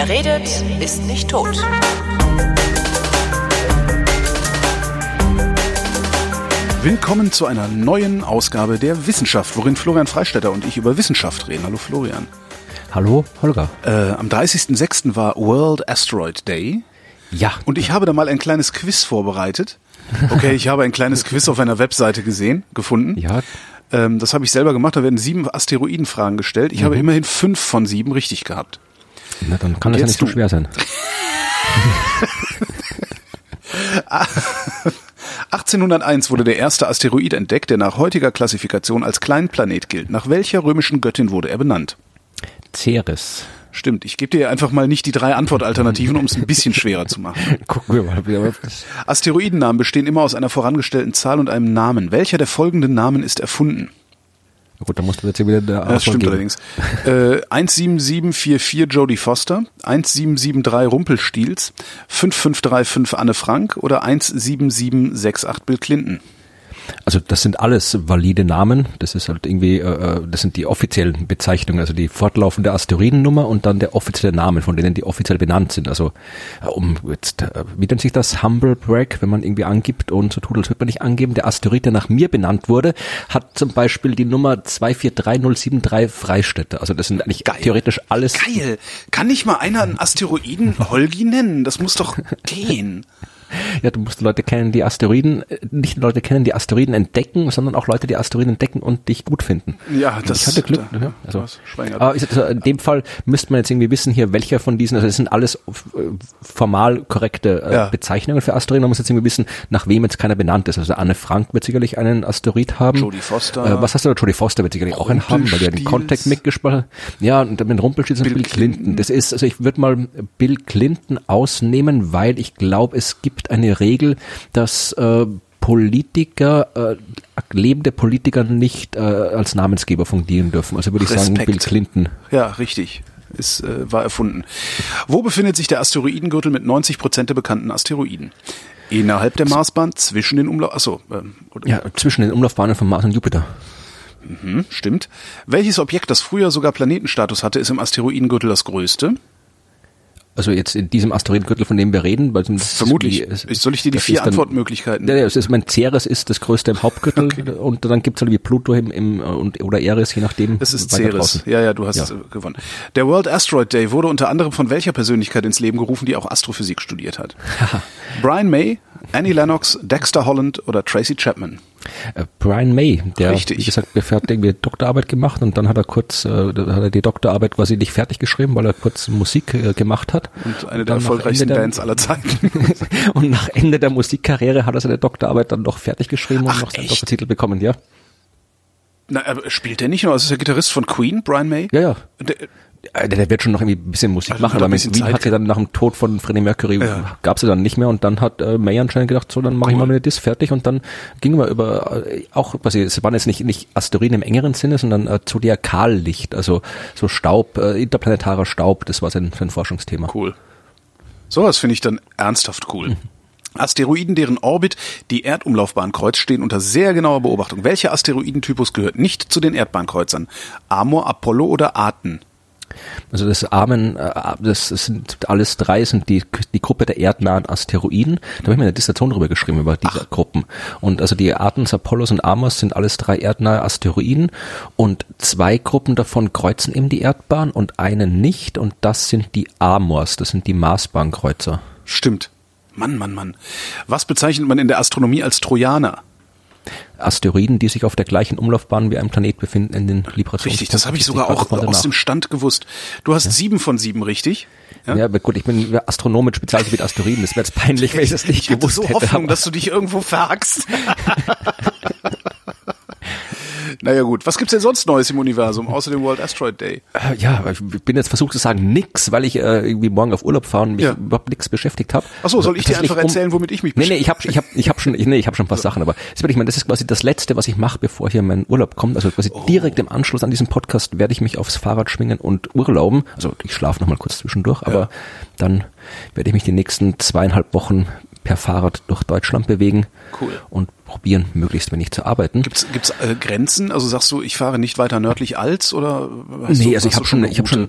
Wer redet, ist nicht tot. Willkommen zu einer neuen Ausgabe der Wissenschaft, worin Florian Freistetter und ich über Wissenschaft reden. Hallo Florian. Hallo Holger. Am 30.06. war World Asteroid Day. Ja. Und ich habe da mal ein kleines Quiz vorbereitet. Okay, ich habe ein kleines Quiz auf einer Webseite gefunden. Ja. Das habe ich selber gemacht, da werden 7 Asteroidenfragen gestellt. Ich habe immerhin 5 von 7 richtig gehabt. Na, dann kann das ja nicht so schwer sein. 1801 wurde der erste Asteroid entdeckt, der nach heutiger Klassifikation als Kleinplanet gilt. Nach welcher römischen Göttin wurde er benannt? Ceres. Stimmt, ich gebe dir einfach mal nicht die 3 Antwortalternativen, um es ein bisschen schwerer zu machen. Gucken wir mal wieder. Asteroidennamen bestehen immer aus einer vorangestellten Zahl und einem Namen. Welcher der folgenden Namen ist erfunden? Gut, dann musst du jetzt hier wieder der Das stimmt allerdings. 17744 Jodie Foster, 1773 Rumpelstilz, 55355 Anne Frank oder 17768 Bill Clinton? Also das sind alles valide Namen. Das ist halt irgendwie, das sind die offiziellen Bezeichnungen, also die fortlaufende Asteroidennummer und dann der offizielle Name, von denen die offiziell benannt sind. Also wie nennt sich das? Humble Brag, wenn man irgendwie angibt und so tut, als würde man nicht angeben. Der Asteroid, der nach mir benannt wurde, hat zum Beispiel die Nummer 243073 Freistädter. Also das sind eigentlich theoretisch alles. Geil! Kann nicht mal einer einen Asteroiden Holgi nennen? Das muss doch gehen. Ja, du musst Leute kennen, die Asteroiden, nicht Leute kennen, die Asteroiden entdecken, sondern auch Leute, die Asteroiden entdecken und dich gut finden. Ja, das ich hatte Glück. Da, also in dem Fall müsste man jetzt irgendwie wissen hier, welcher von diesen, also es sind alles formal korrekte Bezeichnungen für Asteroiden. Man muss jetzt irgendwie wissen, nach wem jetzt keiner benannt ist. Also Anne Frank wird sicherlich einen Asteroid haben. Jodie Foster. Was hast du da? Jodie Foster wird sicherlich auch einen haben, weil der den Contact mitgesprochen hat. Ja, und mit Rumpelstilz und Bill Clinton. Das ist, also ich würde mal Bill Clinton ausnehmen, weil ich glaube, es gibt eine Regel, dass lebende Politiker nicht als Namensgeber fungieren dürfen. Also würde ich sagen Bill Clinton. Ja, richtig. War erfunden. Wo befindet sich der Asteroidengürtel mit 90% der bekannten Asteroiden? Innerhalb der Marsbahn, zwischen den zwischen den Umlaufbahnen von Mars und Jupiter. Stimmt. Welches Objekt, das früher sogar Planetenstatus hatte, ist im Asteroidengürtel das größte? Also jetzt in diesem Asteroidengürtel, von dem wir reden, weil vermutlich. Soll ich dir die 4 Antwortmöglichkeiten? Ja, Ceres ist das größte im Hauptgürtel und dann gibt's halt wie Pluto oder Eris, je nachdem. Das ist Ceres. Ja, du hast gewonnen. Der World Asteroid Day wurde unter anderem von welcher Persönlichkeit ins Leben gerufen, die auch Astrophysik studiert hat? Brian May, Annie Lennox, Dexter Holland oder Tracy Chapman? Brian May, der, Richtig. Wie gesagt, hat irgendwie Doktorarbeit gemacht und dann hat er die Doktorarbeit quasi nicht fertig geschrieben, weil er kurz Musik gemacht hat. Und eine der erfolgreichsten Bands aller Zeiten. Und nach Ende der Musikkarriere hat er seine Doktorarbeit dann doch fertig geschrieben und noch seinen Doktortitel bekommen, ja. Na, aber spielt der nicht nur? Das ist der Gitarrist von Queen, Brian May? Ja. Der wird schon noch irgendwie ein bisschen Musik machen, aber mit Wien hat er dann nach dem Tod von Freddie Mercury gab's ja dann nicht mehr und dann hat May anscheinend gedacht, so dann mache ich mal eine Diss fertig und dann gingen wir über auch quasi, es waren jetzt nicht Asteroiden im engeren Sinne, sondern Zodiakallicht, also so Staub, interplanetarer Staub, das war sein Forschungsthema. Cool. Sowas finde ich dann ernsthaft cool. Asteroiden, deren Orbit die Erdumlaufbahn kreuzt, stehen unter sehr genauer Beobachtung. Welcher Asteroidentypus gehört nicht zu den Erdbahnkreuzern? Amor, Apollo oder Aten? Also das sind alles 3, sind die Gruppe der erdnahen Asteroiden. Da habe ich mir eine Dissertation drüber geschrieben, über diese Gruppen. Und also die Atens, Apollos und Amors sind alles 3 erdnahe Asteroiden und 2 Gruppen davon kreuzen eben die Erdbahn und eine nicht und das sind die Amors, das sind die Marsbahnkreuzer. Stimmt. Mann. Was bezeichnet man in der Astronomie als Trojaner? Asteroiden, die sich auf der gleichen Umlaufbahn wie ein Planet befinden in den Librations. Richtig, das habe ich sogar auch aus dem Stand gewusst. Du hast 7 von 7 richtig. Ja, aber gut, ich bin Astronom mit Spezialgebiet Asteroiden. Das wäre jetzt peinlich, wenn ich das nicht gewusst hätte. Ich hatte so Hoffnung, dass du dich irgendwo verhackst. Naja gut, was gibt's denn sonst Neues im Universum, außer dem World Asteroid Day? Ja, ich bin jetzt versucht zu sagen nix, weil ich irgendwie morgen auf Urlaub fahre und mich überhaupt nichts beschäftigt habe. Ach so, soll ich dir einfach erzählen, womit ich mich beschäftige? Nee, ich habe schon ein paar Sachen, aber das ist quasi das Letzte, was ich mache, bevor hier mein Urlaub kommt. Also quasi direkt im Anschluss an diesen Podcast werde ich mich aufs Fahrrad schwingen und urlauben. Also ich schlafe noch mal kurz zwischendurch, aber dann werde ich mich die nächsten 2,5 Wochen per Fahrrad durch Deutschland bewegen. Cool. Und probieren, möglichst wenig zu arbeiten. Gibt's Grenzen? Also sagst du, ich fahre nicht weiter nördlich als oder? Nee, also ich habe schon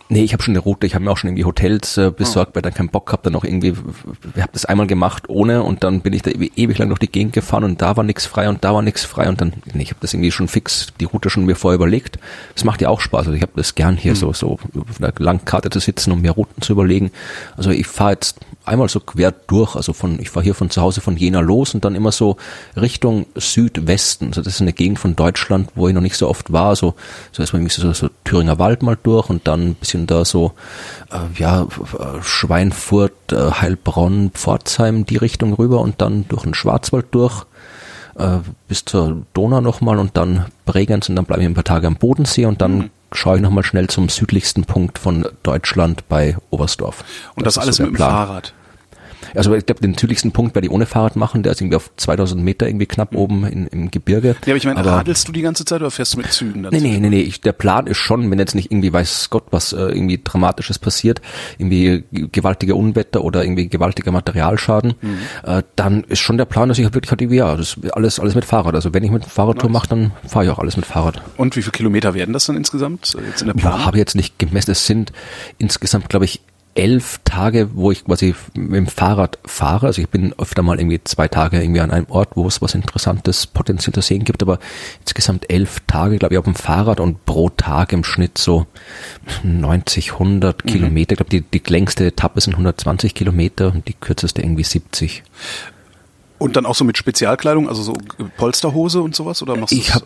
Nee, ich habe schon eine Route, ich habe mir auch schon irgendwie Hotels besorgt, weil dann keinen Bock gehabt, dann auch irgendwie, ich habe das einmal gemacht ohne und dann bin ich da ewig lang durch die Gegend gefahren und da war nichts frei und da war nichts frei und dann, nee, ich habe das irgendwie schon fix, die Route schon mir vorher überlegt. Das macht ja auch Spaß, also ich habe das gern hier so auf einer Langkarte zu sitzen und mir Routen zu überlegen. Also ich fahre jetzt einmal so quer durch, also ich fahre hier von zu Hause von Jena los und dann immer so Richtung Südwesten, also das ist eine Gegend von Deutschland, wo ich noch nicht so oft war, so erstmal irgendwie so Thüringer Wald mal durch und dann ein bisschen da so, Schweinfurt, Heilbronn, Pforzheim, die Richtung rüber und dann durch den Schwarzwald durch, bis zur Donau nochmal und dann Bregenz und dann bleibe ich ein paar Tage am Bodensee und dann schaue ich nochmal schnell zum südlichsten Punkt von Deutschland bei Oberstdorf. Und das alles so mit dem Fahrrad? Also ich glaube, den südlichsten Punkt werde ich ohne Fahrrad machen, der ist irgendwie auf 2000 Meter irgendwie knapp oben im Gebirge. Ja, aber ich meine, radelst du die ganze Zeit oder fährst du mit Zügen dazu? Nee, der Plan ist schon, wenn jetzt nicht irgendwie weiß Gott was irgendwie Dramatisches passiert, irgendwie gewaltige Unwetter oder irgendwie gewaltiger Materialschaden, dann ist schon der Plan, dass ich wirklich halt irgendwie, das alles mit Fahrrad. Also wenn ich mit Fahrradtour mache, dann fahre ich auch alles mit Fahrrad. Und wie viele Kilometer werden das dann insgesamt jetzt in der Planung? Habe ich jetzt nicht gemessen. Es sind insgesamt, glaube ich, 11 Tage, wo ich quasi mit dem Fahrrad fahre. Also ich bin öfter mal irgendwie 2 Tage irgendwie an einem Ort, wo es was Interessantes potenziell zu sehen gibt, aber insgesamt 11 Tage, glaube ich, auf dem Fahrrad und pro Tag im Schnitt so 90, 100 Kilometer. Ich glaube, die längste Etappe sind 120 Kilometer und die kürzeste irgendwie 70. Und dann auch so mit Spezialkleidung, also so Polsterhose und sowas, oder machst du das?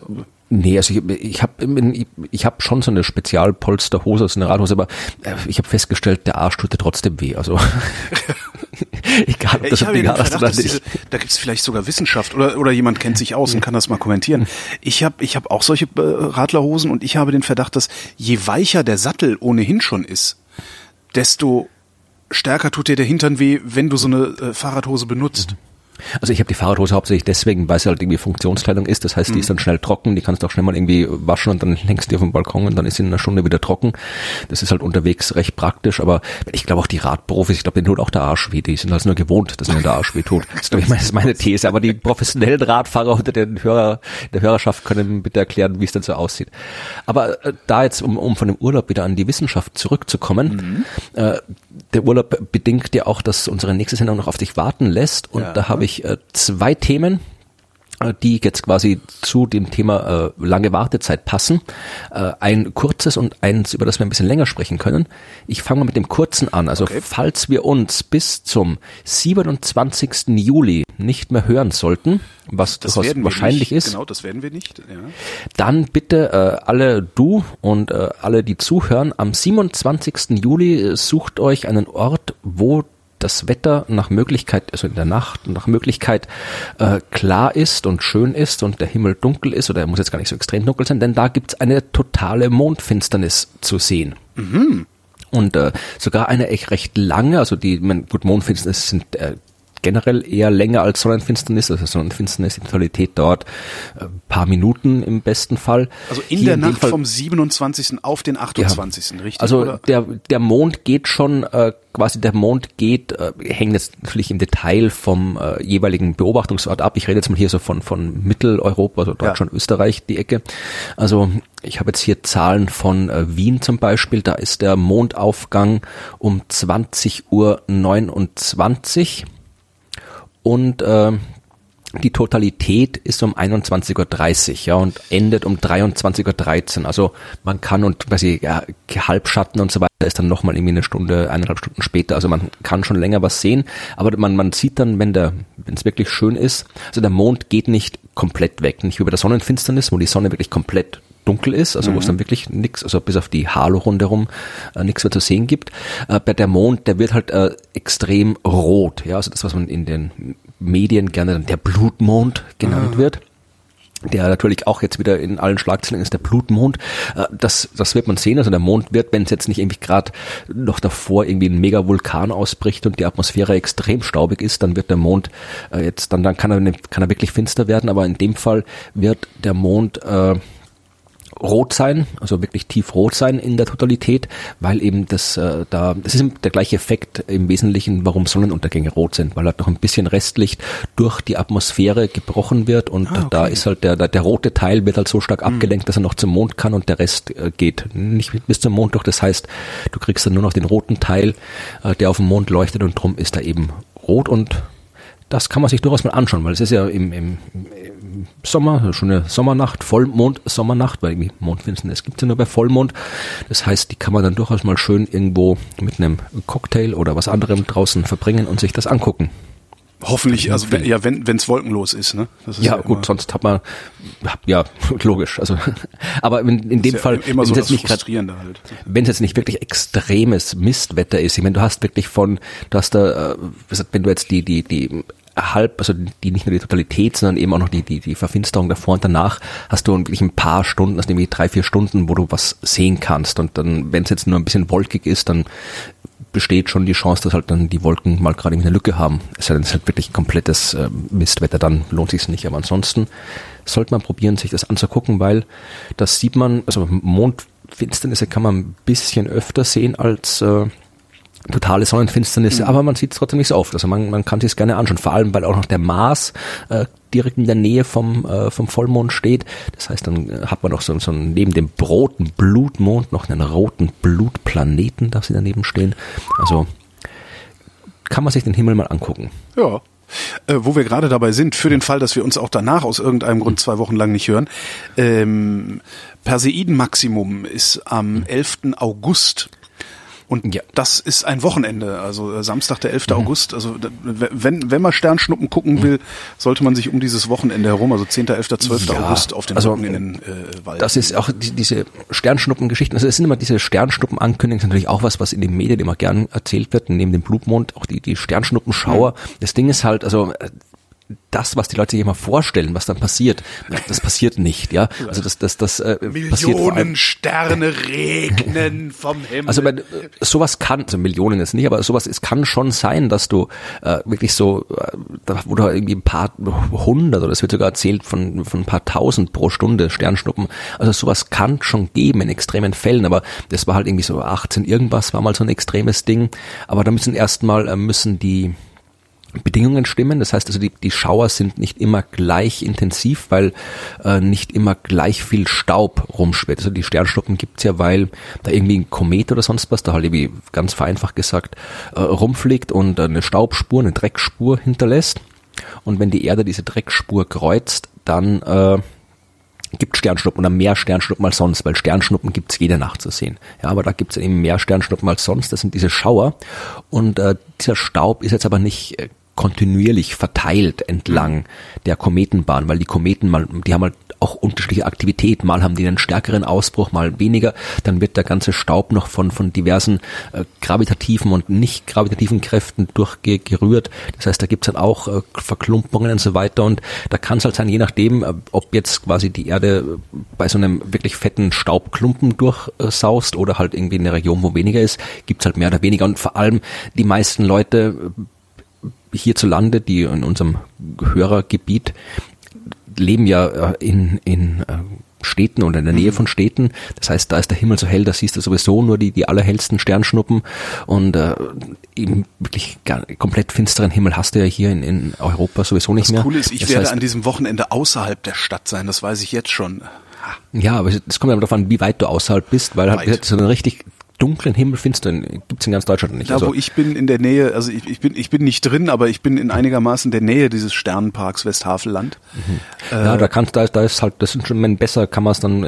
Ich habe schon so eine Spezialpolsterhose, also eine Radhose, aber ich habe festgestellt, der Arsch tut dir trotzdem weh, also egal, ob das auf die Art oder nicht. Da gibt's vielleicht sogar Wissenschaft oder jemand kennt sich aus und kann das mal kommentieren. Ich hab auch solche Radlerhosen und ich habe den Verdacht, dass je weicher der Sattel ohnehin schon ist, desto stärker tut dir der Hintern weh, wenn du so eine Fahrradhose benutzt. Also ich habe die Fahrradhose hauptsächlich deswegen, weil sie halt irgendwie Funktionskleidung ist. Das heißt, die ist dann schnell trocken, die kannst du auch schnell mal irgendwie waschen und dann hängst du die auf dem Balkon und dann ist sie in einer Stunde wieder trocken. Das ist halt unterwegs recht praktisch, aber ich glaube auch die Radprofis, ich glaube, denen tut auch der Arsch weh. Die sind halt nur gewohnt, dass ihnen der Arsch weh tut. Das ist meine These. Aber die professionellen Radfahrer unter der Hörerschaft können bitte erklären, wie es denn so aussieht. Aber da jetzt, um von dem Urlaub wieder an die Wissenschaft zurückzukommen, der Urlaub bedingt ja auch, dass unsere nächste Sendung noch auf dich warten lässt und da habe ich 2 Themen, die jetzt quasi zu dem Thema lange Wartezeit passen. Ein kurzes und eins, über das wir ein bisschen länger sprechen können. Ich fange mal mit dem kurzen an. Also falls wir uns bis zum 27. Juli nicht mehr hören sollten, was durchaus wahrscheinlich ist. Genau, das werden wir nicht. Ja. Dann bitte alle du und alle, die zuhören, am 27. Juli sucht euch einen Ort, wo das Wetter nach Möglichkeit, also in der Nacht nach Möglichkeit klar ist und schön ist und der Himmel dunkel ist, oder er muss jetzt gar nicht so extrem dunkel sein, denn da gibt's eine totale Mondfinsternis zu sehen. Und sogar eine echt recht lange, also Mondfinsternis sind generell eher länger als Sonnenfinsternis, also Sonnenfinsternis, die Totalität dauert ein paar Minuten im besten Fall. Also in der Nacht vom 27. auf den 28. Richtig? Also oder? Der Mond geht schon, hängt jetzt natürlich im Detail vom jeweiligen Beobachtungsort ab. Ich rede jetzt mal hier so von Mitteleuropa, also Deutschland, Österreich, die Ecke. Also ich habe jetzt hier Zahlen von Wien zum Beispiel, da ist der Mondaufgang um 20:29 Uhr. Und die Totalität ist um 21:30 Uhr, und endet um 23:13 Uhr. Also man kann, und Halbschatten und so weiter ist dann nochmal irgendwie 1,5 Stunden später. Also man kann schon länger was sehen, aber man sieht dann, wenn es wirklich schön ist, also der Mond geht nicht komplett weg, nicht wie bei der Sonnenfinsternis, wo die Sonne wirklich komplett dunkel ist, also wo es dann wirklich nichts, also bis auf die Halo rundherum nichts mehr zu sehen gibt. Der Mond, der wird halt extrem rot, ja, also das, was man in den Medien gerne dann der Blutmond genannt wird, der natürlich auch jetzt wieder in allen Schlagzeilen ist, der Blutmond. Das wird man sehen, also der Mond wird, wenn es jetzt nicht irgendwie gerade noch davor irgendwie ein Mega-Vulkan ausbricht und die Atmosphäre extrem staubig ist, dann wird der Mond dann kann er wirklich finster werden, aber in dem Fall wird der Mond rot sein, also wirklich tiefrot sein in der Totalität, weil eben das ist der gleiche Effekt im Wesentlichen, warum Sonnenuntergänge rot sind, weil halt noch ein bisschen Restlicht durch die Atmosphäre gebrochen wird und da ist halt der rote Teil wird halt so stark abgelenkt, dass er noch zum Mond kann und der Rest geht nicht bis zum Mond durch. Das heißt, du kriegst dann nur noch den roten Teil, der auf dem Mond leuchtet und drum ist er eben rot und das kann man sich durchaus mal anschauen, weil es ist ja im Sommer, schon eine Sommernacht, Vollmond-Sommernacht, weil irgendwie Mondfinsternis gibt es ja nur bei Vollmond. Das heißt, die kann man dann durchaus mal schön irgendwo mit einem Cocktail oder was anderem draußen verbringen und sich das angucken. Hoffentlich, also wenn es wolkenlos ist, ne? Das ist ja gut, sonst hat man, ja, logisch, also, aber in dem Fall, immer so das Frustrierende halt. Wenn es jetzt nicht wirklich extremes Mistwetter ist, ich meine, du hast da, wenn du jetzt also die nicht nur die Totalität, sondern eben auch noch die Verfinsterung davor und danach, hast du wirklich ein paar Stunden, also nämlich 3-4 Stunden, wo du was sehen kannst und dann, wenn es jetzt nur ein bisschen wolkig ist, dann besteht schon die Chance, dass halt dann die Wolken mal gerade eine Lücke haben. Es ist halt wirklich komplettes Mistwetter, dann lohnt sich nicht. Aber ansonsten sollte man probieren, sich das anzugucken, weil das sieht man, also Mondfinsternisse kann man ein bisschen öfter sehen als totale Sonnenfinsternisse, aber man sieht es trotzdem nicht so oft. Also man kann sich es gerne anschauen, vor allem weil auch noch der Mars direkt in der Nähe vom Vollmond steht. Das heißt, dann hat man noch so neben dem roten Blutmond noch einen roten Blutplaneten, da sie daneben stehen. Also kann man sich den Himmel mal angucken. Ja. Wo wir gerade dabei sind, für den Fall, dass wir uns auch danach aus irgendeinem Grund 2 Wochen lang nicht hören, Perseidenmaximum ist am 11. August. Und das ist ein Wochenende, also Samstag, der 11. August. Also wenn man Sternschnuppen gucken will, sollte man sich um dieses Wochenende herum, also 10., 11., 12. August auf den Rücken in den Wald. Das ist auch diese Sternschnuppengeschichten, also es sind immer diese Sternschnuppenankündigungen, ist natürlich auch was in den Medien immer gern erzählt wird, neben dem Blutmond, auch die Sternschnuppenschauer. Das Ding ist halt, also das, was die Leute sich immer vorstellen, was dann passiert, das passiert nicht, ja. Also das Millionen passiert vor allem, Sterne regnen vom Himmel. Also sowas kann, also Millionen jetzt nicht, aber es kann schon sein, dass du wirklich so, wo du irgendwie ein paar hundert oder es wird sogar erzählt von ein paar tausend pro Stunde Sternschnuppen. Also sowas kann schon geben in extremen Fällen, aber das war halt irgendwie so 18 irgendwas war mal so ein extremes Ding. Aber da müssen die Bedingungen stimmen, das heißt also die Schauer sind nicht immer gleich intensiv, weil nicht immer gleich viel Staub rumschwebt. Also die Sternschnuppen gibt's ja, weil da irgendwie ein Komet oder sonst was, da halt irgendwie ganz vereinfacht gesagt rumfliegt und eine Staubspur, eine Dreckspur hinterlässt. Und wenn die Erde diese Dreckspur kreuzt, dann gibt Sternschnuppen oder mehr Sternschnuppen als sonst, weil Sternschnuppen gibt's jede Nacht zu sehen. Ja, aber da gibt's eben mehr Sternschnuppen als sonst, das sind diese Schauer und dieser Staub ist jetzt aber nicht kontinuierlich verteilt entlang der Kometenbahn, weil die Kometen die haben halt auch unterschiedliche Aktivität. Mal haben die einen stärkeren Ausbruch, mal weniger. Dann wird der ganze Staub noch von diversen gravitativen und nicht gravitativen Kräften durchgerührt. Das heißt, da gibt's dann auch Verklumpungen und so weiter. Und da kann es halt sein, je nachdem, ob jetzt quasi die Erde bei so einem wirklich fetten Staubklumpen durchsaust oder halt irgendwie in einer Region, wo weniger ist, gibt's halt mehr oder weniger. Und vor allem die meisten Leute hierzulande, die in unserem Hörergebiet leben ja in Städten oder in der Nähe von Städten. Das heißt, da ist der Himmel so hell, da siehst du sowieso nur die allerhellsten Sternschnuppen und eben wirklich komplett finsteren Himmel hast du ja hier in Europa sowieso nicht mehr. Das Coole ist, ich werde an diesem Wochenende außerhalb der Stadt sein, das weiß ich jetzt schon. Ja, aber es kommt ja darauf an, wie weit du außerhalb bist, weil halt so einen richtig dunklen Himmel finstern gibt's in ganz Deutschland nicht. Da, wo ich bin in der Nähe, also ich bin nicht drin, aber ich bin in einigermaßen der Nähe dieses Sternenparks Westhaveland. Ja, da ist halt, das ist schon besser, kann man es dann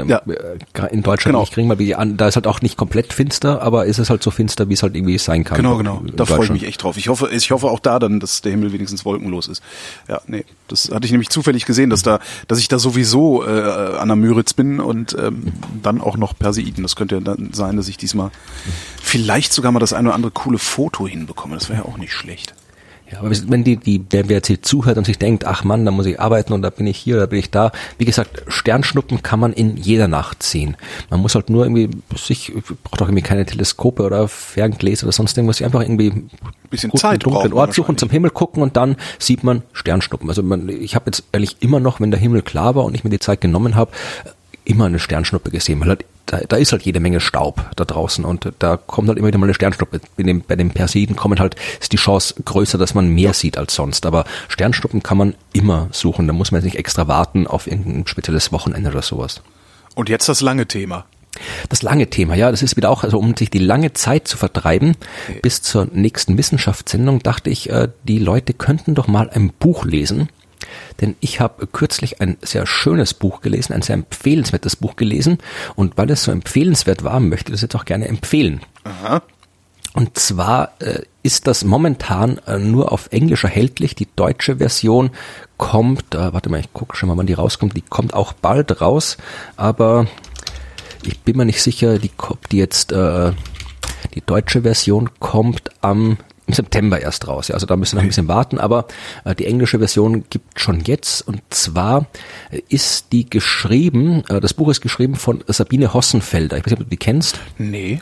in Deutschland nicht kriegen, weil da ist halt auch nicht komplett finster, aber ist es halt so finster, wie es halt irgendwie sein kann. Genau. Da freue ich mich echt drauf. Ich hoffe auch da dann, dass der Himmel wenigstens wolkenlos ist. Ja, nee, das hatte ich nämlich zufällig gesehen, dass ich da sowieso an der Müritz bin und dann auch noch Perseiden. Das könnte ja dann sein, dass ich diesmal vielleicht sogar mal das eine oder andere coole Foto hinbekomme. Das wäre ja auch nicht schlecht. Ja, aber wenn wer jetzt hier zuhört und sich denkt, ach Mann, da muss ich arbeiten und da bin ich hier, da bin ich da. Wie gesagt, Sternschnuppen kann man in jeder Nacht sehen. Man muss halt nur irgendwie braucht auch irgendwie keine Teleskope oder Ferngläser oder sonst irgendwas, einfach irgendwie ein bisschen Zeit dunklen Ort suchen, zum Himmel gucken und dann sieht man Sternschnuppen. Also ich habe jetzt ehrlich immer noch, wenn der Himmel klar war und ich mir die Zeit genommen habe, immer eine Sternschnuppe gesehen, weil halt, da ist halt jede Menge Staub da draußen und da kommt halt immer wieder mal eine Sternschnuppe. Bei den Perseiden ist die Chance größer, dass man mehr sieht als sonst. Aber Sternschnuppen kann man immer suchen. Da muss man jetzt nicht extra warten auf irgendein spezielles Wochenende oder sowas. Und jetzt das lange Thema. Das lange Thema, ja, das ist wieder auch, also um sich die lange Zeit zu vertreiben, bis zur nächsten Wissenschaftssendung, dachte ich, die Leute könnten doch mal ein Buch lesen. Denn ich habe kürzlich ein sehr schönes Buch gelesen, ein sehr empfehlenswertes Buch gelesen. Und weil es so empfehlenswert war, möchte ich das jetzt auch gerne empfehlen. Aha. Und zwar ist das momentan nur auf Englisch erhältlich. Die deutsche Version kommt, warte mal, ich gucke schon mal, wann die rauskommt. Die kommt auch bald raus, aber ich bin mir nicht sicher, ob die jetzt, die deutsche Version kommt im September erst raus. Ja, also da müssen wir noch ein bisschen warten, aber die englische Version gibt schon jetzt. Und zwar ist die geschrieben, das Buch ist geschrieben von Sabine Hossenfelder. Ich weiß nicht, ob du die kennst. Nee.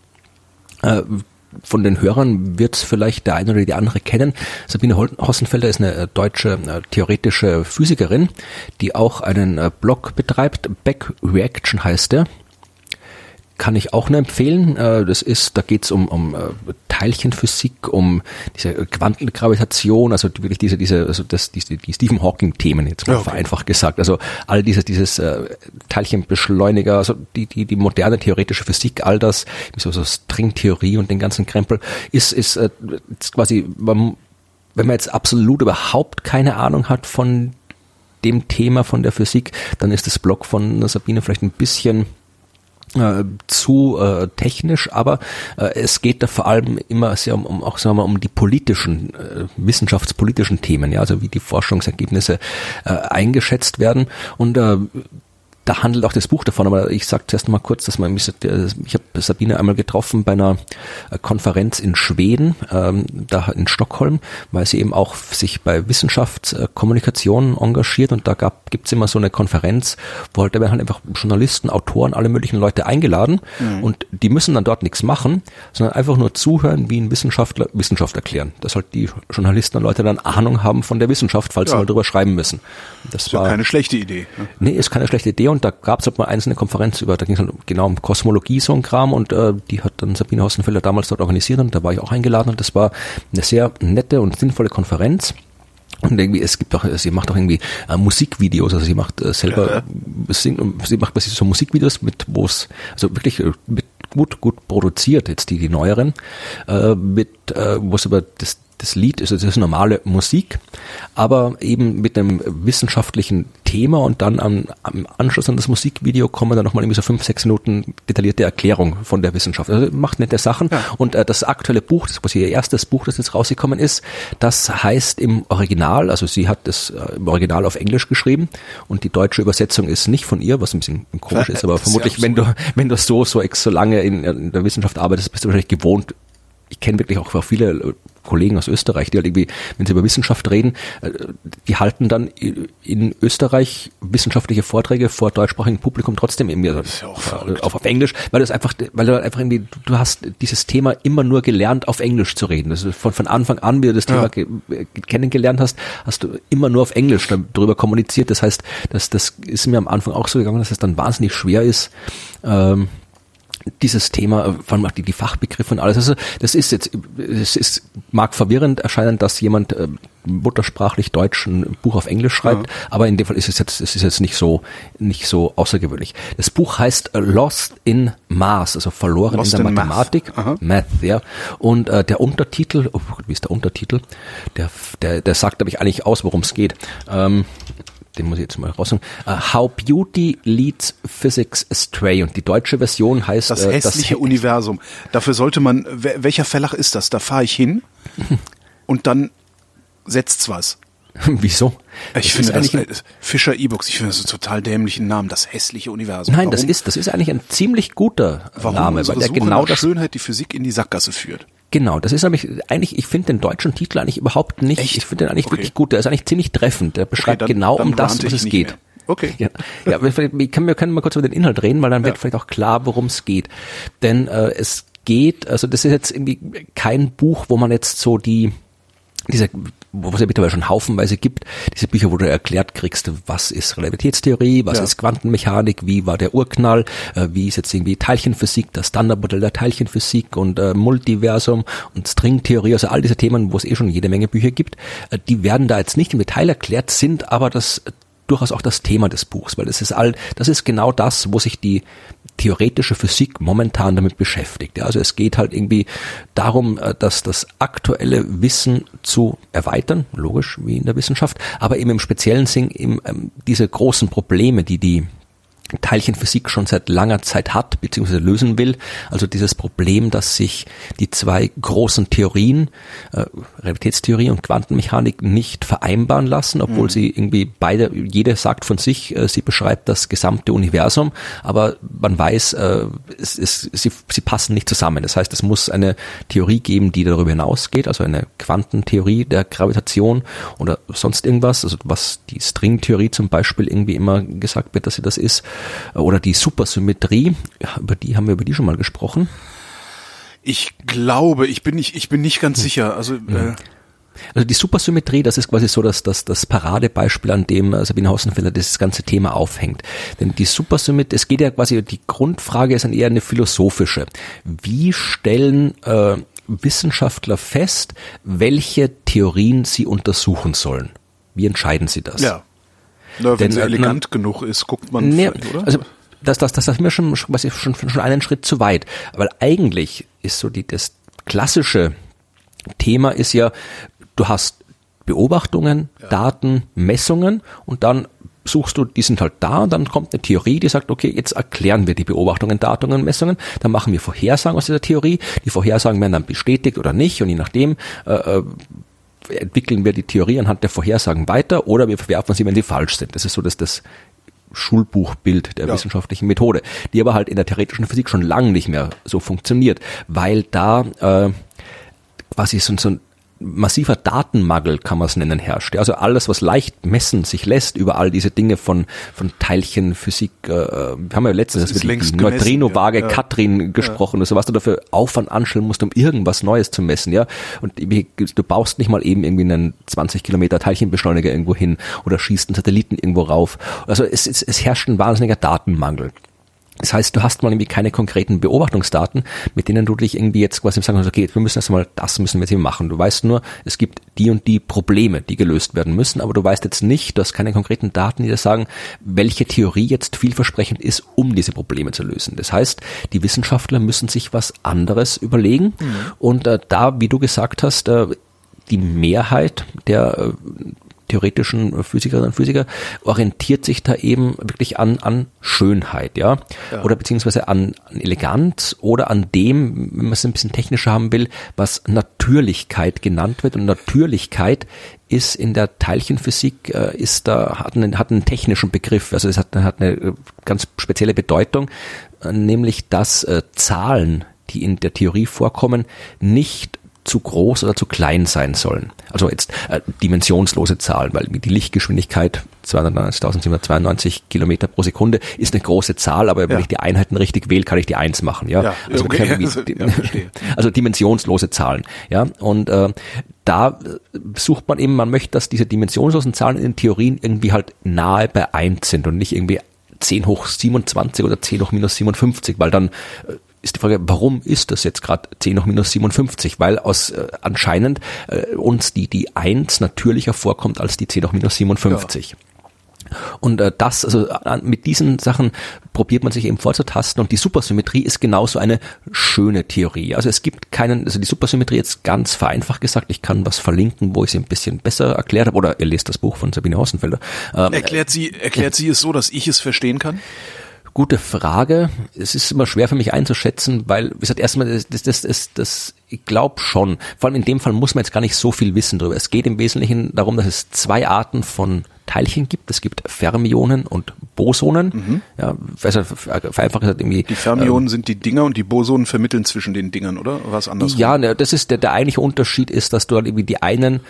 Von den Hörern wird es vielleicht der eine oder die andere kennen. Sabine Hossenfelder ist eine deutsche theoretische Physikerin, die auch einen Blog betreibt. Back Reaction heißt der. Kann ich auch nur empfehlen. Da geht's um Teilchenphysik, um diese Quantengravitation, also wirklich die Stephen Hawking-Themen jetzt mal vereinfacht gesagt. Also all dieses Teilchenbeschleuniger, also die moderne theoretische Physik, all das, so Stringtheorie und den ganzen Krempel, ist quasi, wenn man jetzt absolut überhaupt keine Ahnung hat von dem Thema, von der Physik, dann ist das Blog von Sabine vielleicht ein bisschen zu technisch, aber es geht da vor allem immer sehr um die politischen, wissenschaftspolitischen Themen, ja, also wie die Forschungsergebnisse eingeschätzt werden und da handelt auch das Buch davon, aber ich sage zuerst noch mal kurz, ich habe Sabine einmal getroffen bei einer Konferenz in Schweden, da in Stockholm, weil sie eben auch sich bei Wissenschaftskommunikation engagiert und da gibt's immer so eine Konferenz, wo da werden halt einfach Journalisten, Autoren, alle möglichen Leute eingeladen und die müssen dann dort nichts machen, sondern einfach nur zuhören, wie ein Wissenschaftler Wissenschaft erklären, dass halt die Journalisten und Leute dann Ahnung haben von der Wissenschaft, falls sie mal drüber schreiben müssen. Das war keine schlechte Idee. Ne? Nee, ist keine schlechte Idee. Und da gab es halt mal einzelne Konferenz da ging es halt genau um Kosmologie, so ein Kram, und die hat dann Sabine Hossenfelder damals dort organisiert und da war ich auch eingeladen und das war eine sehr nette und sinnvolle Konferenz. Und irgendwie, sie macht auch irgendwie Musikvideos, also sie macht selber, sie macht so Musikvideos wo es wirklich gut produziert, jetzt die neueren, wo es über das Lied ist, das ist normale Musik, aber eben mit einem wissenschaftlichen Thema und dann am Anschluss an das Musikvideo kommen dann nochmal irgendwie so 5-6 Minuten detaillierte Erklärung von der Wissenschaft. Also macht nette Sachen. Ja. Und das aktuelle Buch, das ist quasi ihr erstes Buch, das jetzt rausgekommen ist, das heißt im Original, also sie hat das im Original auf Englisch geschrieben und die deutsche Übersetzung ist nicht von ihr, was ein bisschen komisch ist, aber vermutlich, wenn du so lange in der Wissenschaft arbeitest, bist du wahrscheinlich gewohnt. Ich kenne wirklich auch viele Kollegen aus Österreich, die halt irgendwie, wenn sie über Wissenschaft reden, die halten dann in Österreich wissenschaftliche Vorträge vor deutschsprachigem Publikum trotzdem irgendwie auf Englisch, weil du einfach irgendwie, du hast dieses Thema immer nur gelernt, auf Englisch zu reden. Also von Anfang an, wie du das Thema kennengelernt hast du immer nur auf Englisch darüber kommuniziert. Das heißt, das ist mir am Anfang auch so gegangen, dass es dann wahnsinnig schwer ist, dieses Thema, vor allem auch die Fachbegriffe und alles. Also mag verwirrend erscheinen, dass jemand muttersprachlich Deutsch ein Buch auf Englisch schreibt, aber in dem Fall ist es jetzt nicht so außergewöhnlich. Das Buch heißt Lost in Math, also verloren in der Mathematik. Math, ja. Und der Untertitel, wie ist der Untertitel? Der sagt, glaube ich, eigentlich aus, worum es geht. Den muss ich jetzt mal rausholen. How Beauty Leads Physics Astray. Und die deutsche Version heißt das hässliche Universum. Dafür sollte man, welcher Verlag ist das? Da fahre ich hin und dann setzt's was. Wieso? Ich finde das Fischer E-Books, ich finde das einen total dämlichen Namen, das hässliche Universum. Nein, das ist eigentlich ein ziemlich guter Name, weil der genau das Schönheit die Physik in die Sackgasse führt. Genau, das ist nämlich eigentlich, ich finde den deutschen Titel eigentlich überhaupt nicht, ich finde den eigentlich wirklich gut, der ist eigentlich ziemlich treffend, der beschreibt genau um das, was es geht. Mehr. Okay. Ja, wir können mal kurz über den Inhalt reden, weil dann wird vielleicht auch klar, worum es geht. Denn es geht, also das ist jetzt irgendwie kein Buch, wo man jetzt so diese wo es ja mittlerweile schon haufenweise gibt, diese Bücher, wo du erklärt kriegst, was ist Relativitätstheorie, was ist Quantenmechanik, wie war der Urknall, wie ist jetzt irgendwie Teilchenphysik, das Standardmodell der Teilchenphysik und Multiversum und Stringtheorie, also all diese Themen, wo es schon jede Menge Bücher gibt, die werden da jetzt nicht im Detail erklärt, sind aber das durchaus auch das Thema des Buchs, weil das ist genau das, wo sich die theoretische Physik momentan damit beschäftigt. Ja, also es geht halt irgendwie darum, dass das aktuelle Wissen zu erweitern, logisch wie in der Wissenschaft, aber eben im speziellen Sinn eben diese großen Probleme, die Teilchenphysik schon seit langer Zeit hat, beziehungsweise lösen will. Also dieses Problem, dass sich die zwei großen Theorien, Relativitätstheorie und Quantenmechanik, nicht vereinbaren lassen, obwohl sie irgendwie beide, jede sagt von sich, sie beschreibt das gesamte Universum, aber man weiß, sie passen nicht zusammen. Das heißt, es muss eine Theorie geben, die darüber hinausgeht, also eine Quantentheorie der Gravitation oder sonst irgendwas, also was die Stringtheorie zum Beispiel irgendwie immer gesagt wird, dass sie das ist. Oder die Supersymmetrie, über die schon mal gesprochen. Ich glaube, ich bin nicht ganz sicher. Also die Supersymmetrie, das ist quasi so das Paradebeispiel, an dem Sabine Hossenfelder das ganze Thema aufhängt. Denn die Supersymmetrie, es geht ja quasi, die Grundfrage ist dann eher eine philosophische. Wie stellen Wissenschaftler fest, welche Theorien sie untersuchen sollen? Wie entscheiden sie das? Ja. Na, wenn sie elegant genug ist, guckt man vielleicht, oder? Also das ist mir schon einen Schritt zu weit. Weil eigentlich ist so das klassische Thema ist ja, du hast Beobachtungen, Daten, Messungen und dann suchst du, die sind halt da und dann kommt eine Theorie, die sagt, okay, jetzt erklären wir die Beobachtungen, Daten und Messungen, dann machen wir Vorhersagen aus dieser Theorie, die Vorhersagen werden dann bestätigt oder nicht und je nachdem entwickeln wir die Theorie anhand der Vorhersagen weiter oder wir verwerfen sie, wenn sie falsch sind. Das ist so das Schulbuchbild der wissenschaftlichen Methode, die aber halt in der theoretischen Physik schon lange nicht mehr so funktioniert, weil da quasi so ein massiver Datenmangel, kann man es nennen, herrscht. Also alles, was leicht messen sich lässt über all diese Dinge von Teilchenphysik, wir haben ja letztens über die Neutrino-Waage Katrin gesprochen, also was du dafür Aufwand anstellen musst, um irgendwas Neues zu messen, ja. Und du baust nicht mal eben irgendwie einen 20 Kilometer Teilchenbeschleuniger irgendwo hin oder schießt einen Satelliten irgendwo rauf. Also es herrscht ein wahnsinniger Datenmangel. Das heißt, du hast mal irgendwie keine konkreten Beobachtungsdaten, mit denen du dich irgendwie jetzt quasi sagen kannst, okay, das müssen wir jetzt eben machen. Du weißt nur, es gibt die und die Probleme, die gelöst werden müssen, aber du weißt jetzt nicht, du hast keine konkreten Daten, die dir sagen, welche Theorie jetzt vielversprechend ist, um diese Probleme zu lösen. Das heißt, die Wissenschaftler müssen sich was anderes überlegen und da, wie du gesagt hast, die Mehrheit der theoretischen Physikerinnen und Physiker orientiert sich da eben wirklich an Schönheit, ja, oder beziehungsweise an Eleganz oder an dem, wenn man es ein bisschen technischer haben will, was Natürlichkeit genannt wird. Und Natürlichkeit ist in der Teilchenphysik, hat einen technischen Begriff, also es hat eine ganz spezielle Bedeutung, nämlich dass Zahlen, die in der Theorie vorkommen, nicht zu groß oder zu klein sein sollen. Also jetzt dimensionslose Zahlen, weil die Lichtgeschwindigkeit 290.792 Kilometer pro Sekunde ist eine große Zahl, aber wenn ich die Einheiten richtig wähle, kann ich die 1 machen. Ja, also, also dimensionslose Zahlen. Ja, und da sucht man eben, man möchte, dass diese dimensionslosen Zahlen in den Theorien irgendwie halt nahe bei 1 sind und nicht irgendwie 10 hoch 27 oder 10 hoch minus 57, weil dann ist die Frage, warum ist das jetzt gerade 10 hoch minus 57? Weil anscheinend uns die 1 natürlicher vorkommt als die 10 hoch minus 57. Ja. Und mit diesen Sachen probiert man sich eben vorzutasten und die Supersymmetrie ist genauso eine schöne Theorie. Also es gibt die Supersymmetrie jetzt ganz vereinfacht gesagt, ich kann was verlinken, wo ich sie ein bisschen besser erklärt habe, oder ihr lest das Buch von Sabine Hossenfelder. Erklärt sie es so, dass ich es verstehen kann? Gute Frage. Es ist immer schwer für mich einzuschätzen, weil, wie gesagt, erstmal, ich glaube schon. Vor allem in dem Fall muss man jetzt gar nicht so viel wissen drüber. Es geht im Wesentlichen darum, dass es 2 Arten von Teilchen gibt. Es gibt Fermionen und Bosonen. Ja, vereinfacht gesagt irgendwie. Die Fermionen sind die Dinger und die Bosonen vermitteln zwischen den Dingern, oder? Was andersrum? Ja, das ist der eigentliche Unterschied ist, dass du halt irgendwie die einen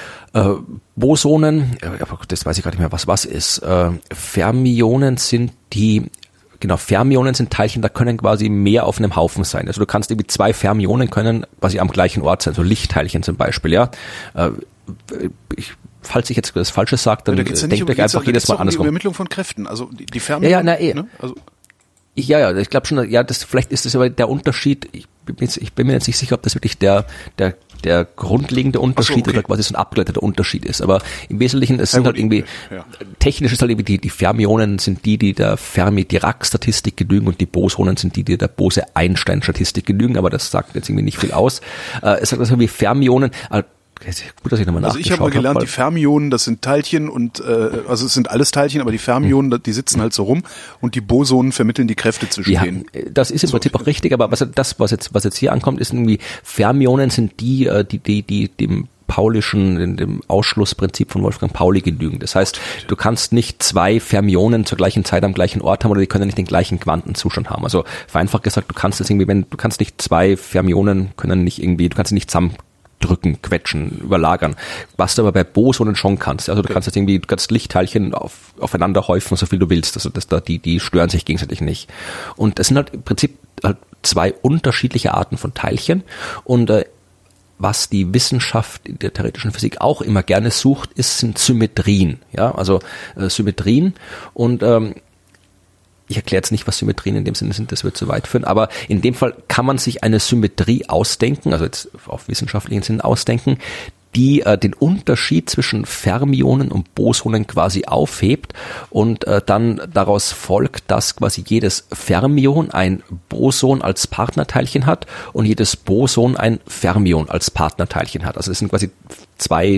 Bosonen, das weiß ich gar nicht mehr, was ist. Fermionen sind Fermionen sind Teilchen, da können quasi mehr auf einem Haufen sein. Also du kannst irgendwie 2 Fermionen können quasi am gleichen Ort sein, so Lichtteilchen zum Beispiel, ja. falls ich jetzt das Falsche sage, dann denkt euch einfach jedes Mal andersrum. Die Übermittlung von Kräften, also die Fermionen. Ne? Also Ja, ich glaube schon, ja, vielleicht ist das aber der Unterschied, ich bin mir jetzt nicht sicher, ob das wirklich der grundlegende Unterschied oder quasi so ein abgeleiteter Unterschied ist, aber im Wesentlichen, es sind halt irgendwie, technisch ist halt irgendwie die Fermionen sind die der Fermi-Dirac-Statistik genügen und die Bosonen sind die der Bose-Einstein-Statistik genügen, aber das sagt jetzt irgendwie nicht viel aus. Es sagt also irgendwie Fermionen, gut, dass ich nochmal nachgeschaut habe. Also ich habe mal gelernt, die Fermionen, das sind Teilchen und also es sind alles Teilchen, aber die Fermionen, die sitzen halt so rum und die Bosonen vermitteln die Kräfte zwischen denen. Das ist im Prinzip auch richtig, aber was jetzt hier ankommt, ist irgendwie, Fermionen sind die dem dem Ausschlussprinzip von Wolfgang Pauli genügen. Das heißt, du kannst nicht zwei Fermionen zur gleichen Zeit am gleichen Ort haben oder die können nicht den gleichen Quantenzustand haben. Also vereinfacht gesagt, du kannst nicht zwei Fermionen du kannst sie nicht zusammendrücken, quetschen, überlagern. Was du aber bei Bosonen schon kannst. Also du kannst Lichtteilchen aufeinander häufen, so viel du willst. Also die stören sich gegenseitig nicht. Und das sind halt im Prinzip halt zwei unterschiedliche Arten von Teilchen und was die Wissenschaft in der theoretischen Physik auch immer gerne sucht, sind Symmetrien. Ja, also Symmetrien und ich erkläre jetzt nicht, was Symmetrien in dem Sinne sind, das wird zu weit führen, aber in dem Fall kann man sich eine Symmetrie ausdenken, also jetzt auf wissenschaftlichen Sinn ausdenken, die den Unterschied zwischen Fermionen und Bosonen quasi aufhebt und dann daraus folgt, dass quasi jedes Fermion ein Boson als Partnerteilchen hat und jedes Boson ein Fermion als Partnerteilchen hat. Also es sind quasi zwei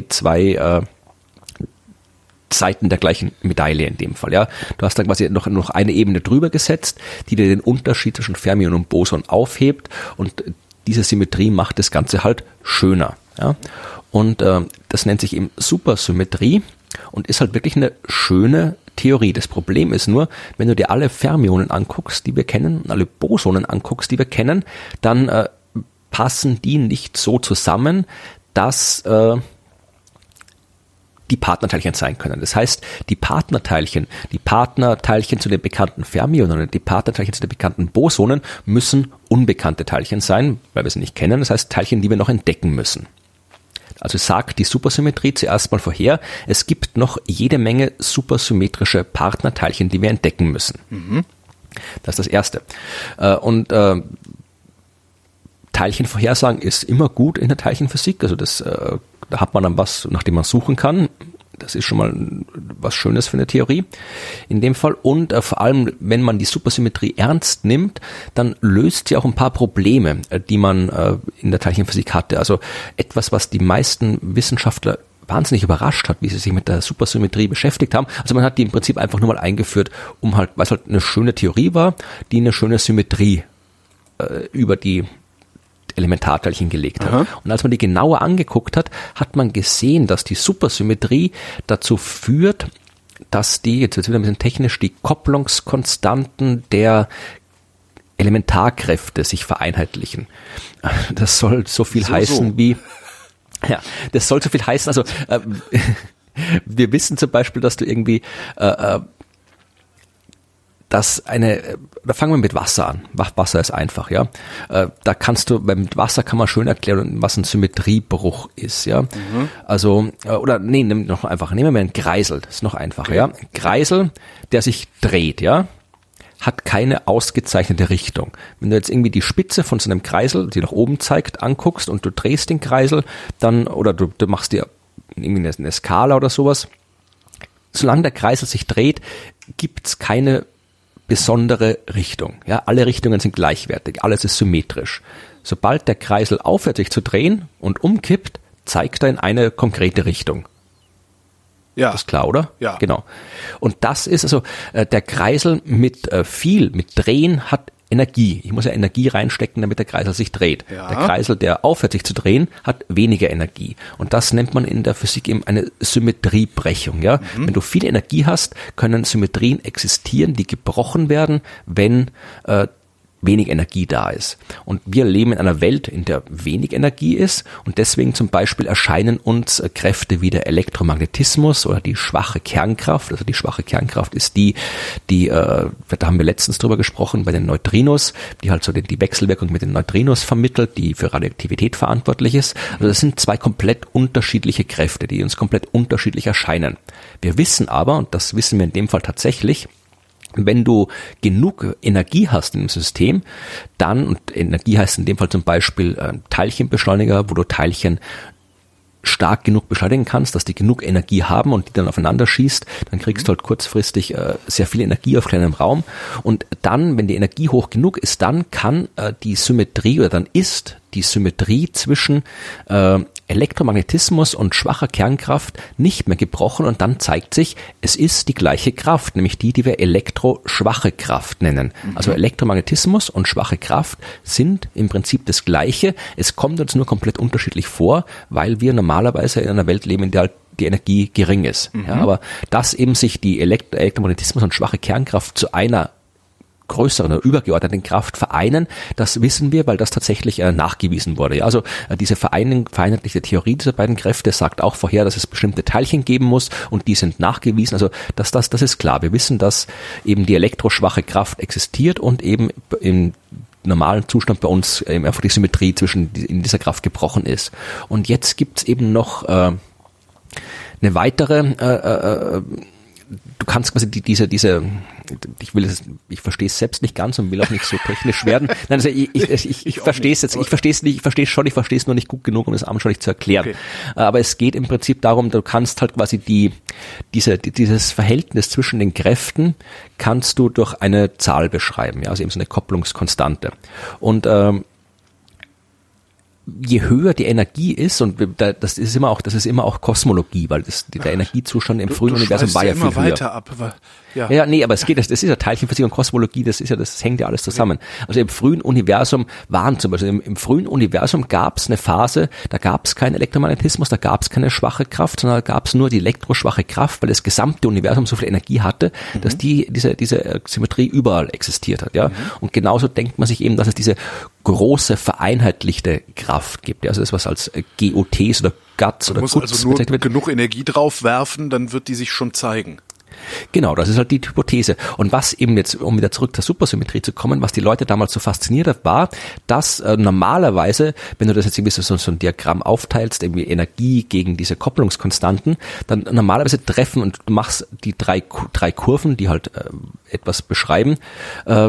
Seiten der gleichen Medaille in dem Fall, ja. Du hast dann quasi noch eine Ebene drüber gesetzt, die dir den Unterschied zwischen Fermion und Boson aufhebt und diese Symmetrie macht das Ganze halt schöner, ja. Und das nennt sich eben Supersymmetrie und ist halt wirklich eine schöne Theorie. Das Problem ist nur, wenn du dir alle Fermionen anguckst, die wir kennen, alle Bosonen anguckst, die wir kennen, dann passen die nicht so zusammen, dass die Partnerteilchen sein können. Das heißt, die Partnerteilchen zu den bekannten Fermionen und die Partnerteilchen zu den bekannten Bosonen müssen unbekannte Teilchen sein, weil wir sie nicht kennen. Das heißt, Teilchen, die wir noch entdecken müssen. Also sagt die Supersymmetrie zuerst mal vorher, es gibt noch jede Menge supersymmetrische Partnerteilchen, die wir entdecken müssen. Mhm. Das ist das Erste. Und Teilchenvorhersagen ist immer gut in der Teilchenphysik, also da hat man dann was, nach dem man suchen kann. Das ist schon mal was Schönes für eine Theorie in dem Fall. Und vor allem, wenn man die Supersymmetrie ernst nimmt, dann löst sie auch ein paar Probleme, die man in der Teilchenphysik hatte. Also etwas, was die meisten Wissenschaftler wahnsinnig überrascht hat, wie sie sich mit der Supersymmetrie beschäftigt haben. Also man hat die im Prinzip einfach nur mal eingeführt, weil es halt eine schöne Theorie war, die eine schöne Symmetrie über die Elementarteilchen gelegt hat. Aha. Und als man die genauer angeguckt hat, hat man gesehen, dass die Supersymmetrie dazu führt, dass jetzt wieder ein bisschen technisch, die Kopplungskonstanten der Elementarkräfte sich vereinheitlichen. Das soll so viel heißen wie, das soll so viel heißen, also wir wissen zum Beispiel, dass du irgendwie da fangen wir mit Wasser an. Wasser ist einfach, ja. Mit Wasser kann man schön erklären, was ein Symmetriebruch ist, ja. Mhm. Also, nehmen wir einen Kreisel, das ist noch einfacher, okay. Ja. Ein Kreisel, der sich dreht, ja, hat keine ausgezeichnete Richtung. Wenn du jetzt irgendwie die Spitze von so einem Kreisel, die nach oben zeigt, anguckst und du drehst den Kreisel, oder du machst dir irgendwie eine Skala oder sowas, solange der Kreisel sich dreht, gibt's keine besondere Richtung. Ja, alle Richtungen sind gleichwertig, alles ist symmetrisch. Sobald der Kreisel aufhört sich zu drehen und umkippt, zeigt er in eine konkrete Richtung. Ja. Das ist klar, oder? Ja. Genau. Und das ist also, der Kreisel mit Drehen hat Energie. Ich muss ja Energie reinstecken, damit der Kreisel sich dreht. Ja. Der Kreisel, der aufhört sich zu drehen, hat weniger Energie. Und das nennt man in der Physik eben eine Symmetriebrechung. Ja? Mhm. Wenn du viel Energie hast, können Symmetrien existieren, die gebrochen werden, wenn wenig Energie da ist. Und wir leben in einer Welt, in der wenig Energie ist und deswegen zum Beispiel erscheinen uns Kräfte wie der Elektromagnetismus oder die schwache Kernkraft. Also die schwache Kernkraft ist die, da haben wir letztens drüber gesprochen, bei den Neutrinos, die halt so die Wechselwirkung mit den Neutrinos vermittelt, die für Radioaktivität verantwortlich ist. Also das sind zwei komplett unterschiedliche Kräfte, die uns komplett unterschiedlich erscheinen. Wir wissen aber, und das wissen wir in dem Fall tatsächlich, wenn du genug Energie hast im System, dann, und Energie heißt in dem Fall zum Beispiel Teilchenbeschleuniger, wo du Teilchen stark genug beschleunigen kannst, dass die genug Energie haben und die dann aufeinander schießt, dann kriegst du halt kurzfristig sehr viel Energie auf kleinem Raum. Und dann, wenn die Energie hoch genug ist, dann kann die Symmetrie oder dann ist die Symmetrie zwischen Elektromagnetismus und schwacher Kernkraft nicht mehr gebrochen und dann zeigt sich, es ist die gleiche Kraft, nämlich die wir elektroschwache Kraft nennen. Also Elektromagnetismus und schwache Kraft sind im Prinzip das Gleiche. Es kommt uns nur komplett unterschiedlich vor, weil wir normalerweise in einer Welt leben, in der halt die Energie gering ist. Ja, aber dass eben sich die Elektromagnetismus und schwache Kernkraft zu einer größeren oder übergeordneten Kraft vereinen, das wissen wir, weil das tatsächlich nachgewiesen wurde. Ja, also diese vereinheitlichte Theorie dieser beiden Kräfte sagt auch vorher, dass es bestimmte Teilchen geben muss und die sind nachgewiesen. Also das ist klar. Wir wissen, dass eben die elektroschwache Kraft existiert und eben im normalen Zustand bei uns eben einfach die Symmetrie in dieser Kraft gebrochen ist. Und jetzt gibt's eben noch eine weitere du kannst quasi ich verstehe es selbst nicht ganz und will auch nicht so technisch werden. Nein, also ich verstehe es jetzt, ich verstehe es nur nicht gut genug, um es anschaulich zu erklären. Okay. Aber es geht im Prinzip darum, du kannst halt quasi dieses Verhältnis zwischen den Kräften kannst du durch eine Zahl beschreiben, ja, also eben so eine Kopplungskonstante. Und je höher die Energie ist, und das ist immer auch Kosmologie, weil der Energiezustand im frühen Universum war ja viel höher. Weiter ab, aber, aber das ist ja Teilchenphysik und Kosmologie, das hängt ja alles zusammen. Also im frühen Universum waren zum Beispiel, im frühen Universum gab es eine Phase, da gab es keinen Elektromagnetismus, da gab es keine schwache Kraft, sondern da gab es nur die elektroschwache Kraft, weil das gesamte Universum so viel Energie hatte, dass diese Symmetrie überall existiert hat, ja. Und genauso denkt man sich eben, dass es diese große vereinheitlichte Kraft gibt. Also das, was als GOTs oder GUTs oder GUTs also nur genug Energie drauf werfen, dann wird die sich schon zeigen. Genau, das ist halt die Hypothese. Und was eben jetzt, um wieder zurück zur Supersymmetrie zu kommen, was die Leute damals so fasziniert hat, war, dass normalerweise, wenn du das jetzt irgendwie so ein Diagramm aufteilst, irgendwie Energie gegen diese Kopplungskonstanten, dann normalerweise treffen, und du machst die drei Kurven, die halt etwas beschreiben, da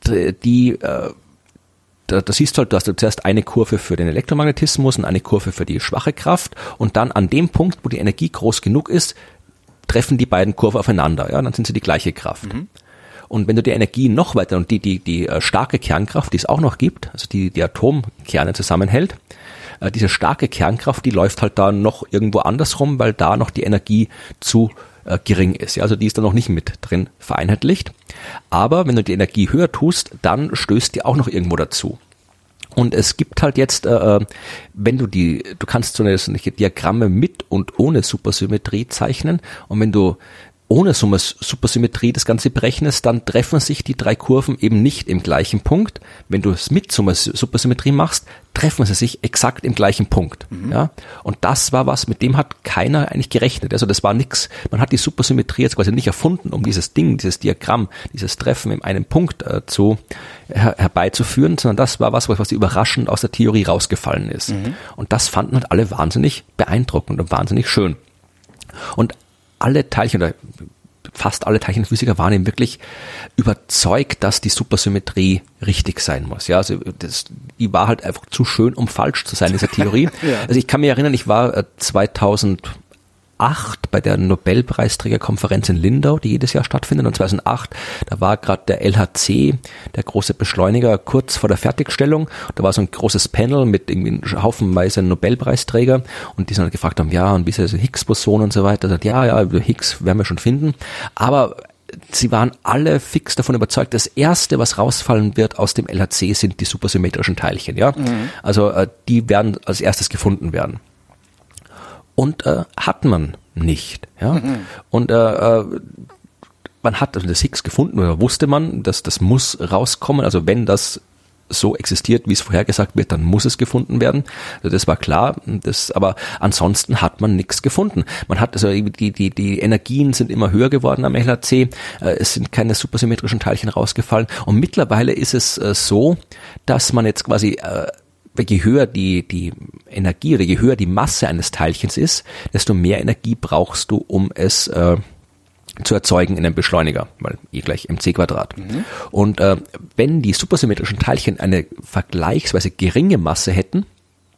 siehst du halt, du hast zuerst eine Kurve für den Elektromagnetismus und eine Kurve für die schwache Kraft und dann an dem Punkt, wo die Energie groß genug ist, treffen die beiden Kurven aufeinander, ja, dann sind sie die gleiche Kraft. Und wenn du die Energie noch weiter und die starke Kernkraft, die es auch noch gibt, also die Atomkerne zusammenhält, diese starke Kernkraft, die läuft halt da noch irgendwo andersrum, weil da noch die Energie zu gering ist. Ja, also die ist da noch nicht mit drin vereinheitlicht. Aber wenn du die Energie höher tust, dann stößt die auch noch irgendwo dazu. Und es gibt halt jetzt, wenn du kannst so eine Diagramme mit und ohne Supersymmetrie zeichnen. Und wenn du ohne Supersymmetrie das Ganze berechnest, dann treffen sich die drei Kurven eben nicht im gleichen Punkt. Wenn du es mit Supersymmetrie machst, treffen sie sich exakt im gleichen Punkt. Ja? Und das war was, mit dem hat keiner eigentlich gerechnet. Also das war nix. Man hat die Supersymmetrie jetzt quasi nicht erfunden, um dieses Diagramm, dieses Treffen in einem Punkt herbeizuführen, sondern das war was überraschend aus der Theorie rausgefallen ist. Und das fanden halt alle wahnsinnig beeindruckend und wahnsinnig schön. Und alle Teilchen oder fast alle Teilchenphysiker waren eben wirklich überzeugt, dass die Supersymmetrie richtig sein muss. Ja, also die war halt einfach zu schön, um falsch zu sein, diese Theorie. Ja. Also ich kann mich erinnern, ich war 2008 bei der Nobelpreisträgerkonferenz in Lindau, die jedes Jahr stattfindet. Und 2008, da war gerade der LHC, der große Beschleuniger, kurz vor der Fertigstellung. Da war so ein großes Panel mit irgendwie haufenweise Nobelpreisträger und die sind halt gefragt haben, ja, und wie ist das Higgs-Boson und so weiter. Da sagt, ja, Higgs werden wir schon finden. Aber sie waren alle fix davon überzeugt, das Erste, was rausfallen wird aus dem LHC, sind die supersymmetrischen Teilchen. Ja, also die werden als erstes gefunden werden. Und hat man nicht. Ja? Und man hat also das Higgs gefunden oder wusste man, dass das muss rauskommen. Also wenn das so existiert, wie es vorhergesagt wird, dann muss es gefunden werden. Also das war klar. Aber ansonsten hat man nichts gefunden. Man hat also die Energien sind immer höher geworden am LHC. Es sind keine supersymmetrischen Teilchen rausgefallen. Und mittlerweile ist es so, dass man jetzt quasi je höher die Energie oder je höher die Masse eines Teilchens ist, desto mehr Energie brauchst du, um es zu erzeugen in einem Beschleuniger, weil E = mc². Und wenn die supersymmetrischen Teilchen eine vergleichsweise geringe Masse hätten,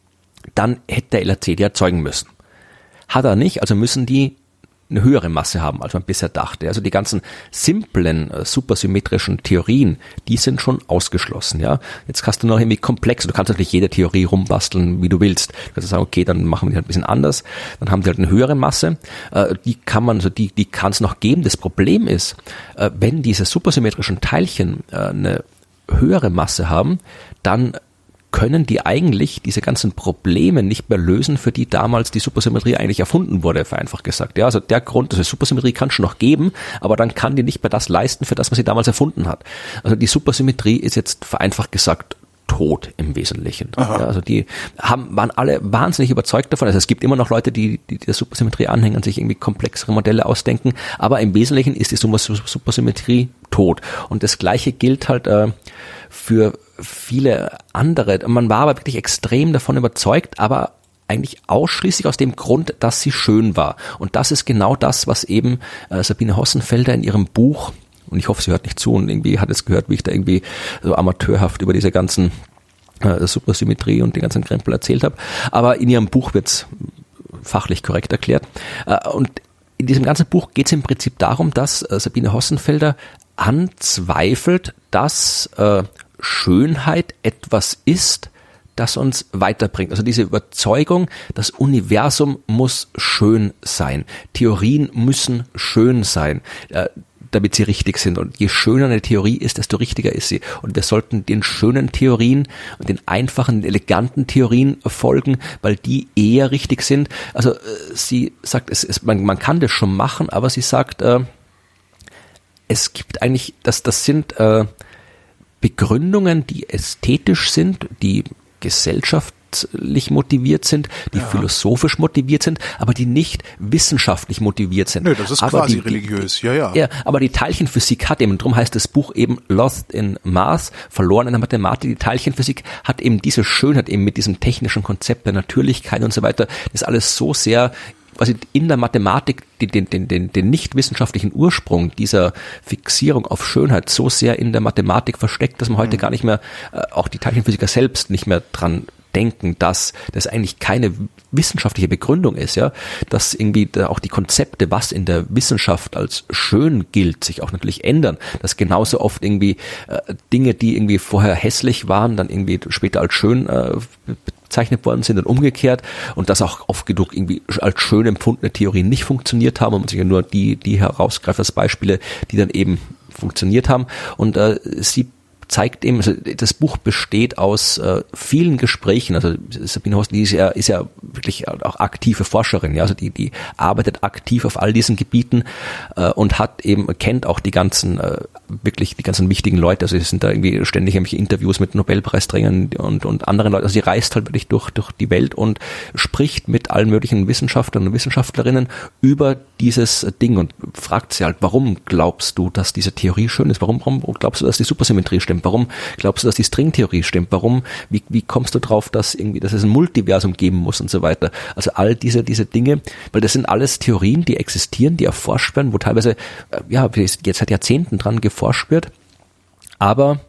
dann hätte der LHC die erzeugen müssen. Hat er nicht, also müssen die eine höhere Masse haben, als man bisher dachte. Also die ganzen simplen supersymmetrischen Theorien, die sind schon ausgeschlossen. Ja, jetzt hast du noch irgendwie komplex. Du kannst natürlich jede Theorie rumbasteln, wie du willst. Du kannst sagen, okay, dann machen wir die halt ein bisschen anders. Dann haben die halt eine höhere Masse. Die kann es noch geben. Das Problem ist, wenn diese supersymmetrischen Teilchen eine höhere Masse haben, dann können die eigentlich diese ganzen Probleme nicht mehr lösen, für die damals die Supersymmetrie eigentlich erfunden wurde, vereinfacht gesagt. Ja, also der Grund, also Supersymmetrie kann schon noch geben, aber dann kann die nicht mehr das leisten, für das, was sie damals erfunden hat. Also die Supersymmetrie ist jetzt vereinfacht gesagt tot im Wesentlichen. Ja, also die waren alle wahnsinnig überzeugt davon. Also es gibt immer noch Leute, die der Supersymmetrie anhängen und sich irgendwie komplexere Modelle ausdenken, aber im Wesentlichen ist die Supersymmetrie tot. Und das Gleiche gilt halt für viele andere. Man war aber wirklich extrem davon überzeugt, aber eigentlich ausschließlich aus dem Grund, dass sie schön war. Und das ist genau das, was eben Sabine Hossenfelder in ihrem Buch, und ich hoffe, sie hört nicht zu und irgendwie hat es gehört, wie ich da irgendwie so amateurhaft über diese ganzen Supersymmetrie und den ganzen Krempel erzählt habe. Aber in ihrem Buch wird's fachlich korrekt erklärt. Und in diesem ganzen Buch geht es im Prinzip darum, dass Sabine Hossenfelder anzweifelt, dass Schönheit etwas ist, das uns weiterbringt. Also diese Überzeugung, das Universum muss schön sein. Theorien müssen schön sein, damit sie richtig sind. Und je schöner eine Theorie ist, desto richtiger ist sie. Und wir sollten den schönen Theorien und den einfachen, eleganten Theorien folgen, weil die eher richtig sind. Also sie sagt, man kann das schon machen, aber sie sagt, es gibt eigentlich, das sind Begründungen, die ästhetisch sind, die gesellschaftlich motiviert sind, die philosophisch motiviert sind, aber die nicht wissenschaftlich motiviert sind. Nö, das ist aber quasi religiös, ja. Ja, aber die Teilchenphysik hat eben, darum heißt das Buch eben Lost in Math, verloren in der Mathematik. Die Teilchenphysik hat eben diese Schönheit eben mit diesem technischen Konzept der Natürlichkeit und so weiter. Das ist alles so sehr quasi in der Mathematik den nicht wissenschaftlichen Ursprung dieser Fixierung auf Schönheit so sehr in der Mathematik versteckt, dass man heute gar nicht mehr, auch die Teilchenphysiker selbst nicht mehr dran denken, dass das eigentlich keine wissenschaftliche Begründung ist, ja, dass irgendwie auch die Konzepte, was in der Wissenschaft als schön gilt, sich auch natürlich ändern, dass genauso oft irgendwie Dinge, die irgendwie vorher hässlich waren, dann irgendwie später als schön bezeichnet worden sind und umgekehrt und dass auch oft genug irgendwie als schön empfundene Theorien nicht funktioniert haben und man sich ja nur die herausgreift als Beispiele, die dann eben funktioniert haben und sie zeigt eben, also das Buch besteht aus vielen Gesprächen, also Sabine Hossen, die ist ja wirklich auch aktive Forscherin, ja, also die arbeitet aktiv auf all diesen Gebieten und kennt auch die ganzen wichtigen Leute, also es sind da irgendwie ständig irgendwelche Interviews mit Nobelpreisträgern und anderen Leuten, also sie reist halt wirklich durch die Welt und spricht mit allen möglichen Wissenschaftlern und Wissenschaftlerinnen über dieses Ding und fragt sie halt, warum glaubst du, dass diese Theorie schön ist, warum glaubst du, dass die Supersymmetrie stimmt? Warum glaubst du, dass die Stringtheorie stimmt? Wie kommst du drauf, dass es ein Multiversum geben muss und so weiter? Also all diese Dinge, weil das sind alles Theorien, die existieren, die erforscht werden, wo teilweise, jetzt seit Jahrzehnten dran geforscht wird, aber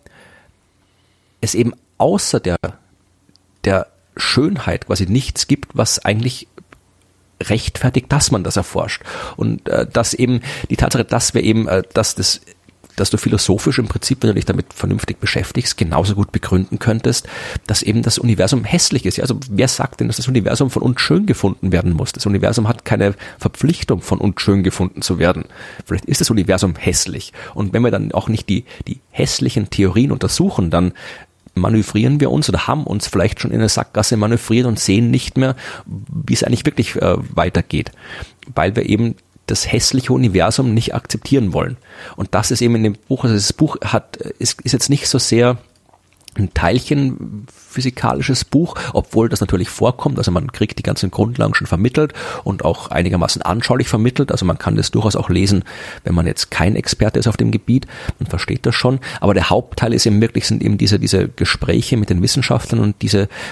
es eben außer der Schönheit quasi nichts gibt, was eigentlich rechtfertigt, dass man das erforscht. Und dass eben die Tatsache, dass wir eben, dass du philosophisch im Prinzip, wenn du dich damit vernünftig beschäftigst, genauso gut begründen könntest, dass eben das Universum hässlich ist. Ja, also wer sagt denn, dass das Universum von uns schön gefunden werden muss? Das Universum hat keine Verpflichtung, von uns schön gefunden zu werden. Vielleicht ist das Universum hässlich. Und wenn wir dann auch nicht die hässlichen Theorien untersuchen, dann manövrieren wir uns oder haben uns vielleicht schon in eine Sackgasse manövriert und sehen nicht mehr, wie es eigentlich wirklich weitergeht. Weil wir eben das hässliche Universum nicht akzeptieren wollen. Und das ist eben in dem Buch, also das Buch ist jetzt nicht so sehr ein teilchenphysikalisches Buch, obwohl das natürlich vorkommt, also man kriegt die ganzen Grundlagen schon vermittelt und auch einigermaßen anschaulich vermittelt, also man kann das durchaus auch lesen, wenn man jetzt kein Experte ist auf dem Gebiet, man versteht das schon, aber der Hauptteil ist eben wirklich, sind eben diese Gespräche mit den Wissenschaftlern und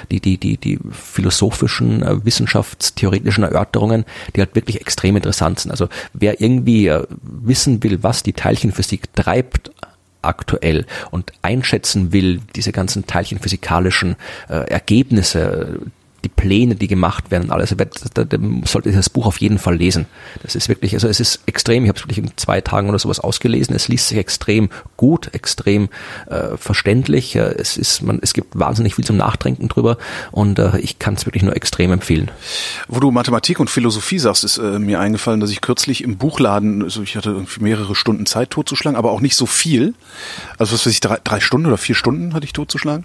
die philosophischen, wissenschaftstheoretischen Erörterungen, die halt wirklich extrem interessant sind. Also wer irgendwie wissen will, was die Teilchenphysik treibt, aktuell und einschätzen will, diese ganzen teilchenphysikalischen Ergebnisse, die Pläne, die gemacht werden, alles, sollte das Buch auf jeden Fall lesen. Das ist wirklich, also es ist extrem, ich habe es wirklich in 2 Tagen oder sowas ausgelesen, es liest sich extrem gut, extrem verständlich, es gibt wahnsinnig viel zum Nachdenken drüber und ich kann es wirklich nur extrem empfehlen. Wo du Mathematik und Philosophie sagst, ist mir eingefallen, dass ich kürzlich im Buchladen, also ich hatte irgendwie mehrere Stunden Zeit totzuschlagen, aber auch nicht so viel, also was weiß ich, 3 Stunden oder 4 Stunden hatte ich totzuschlagen.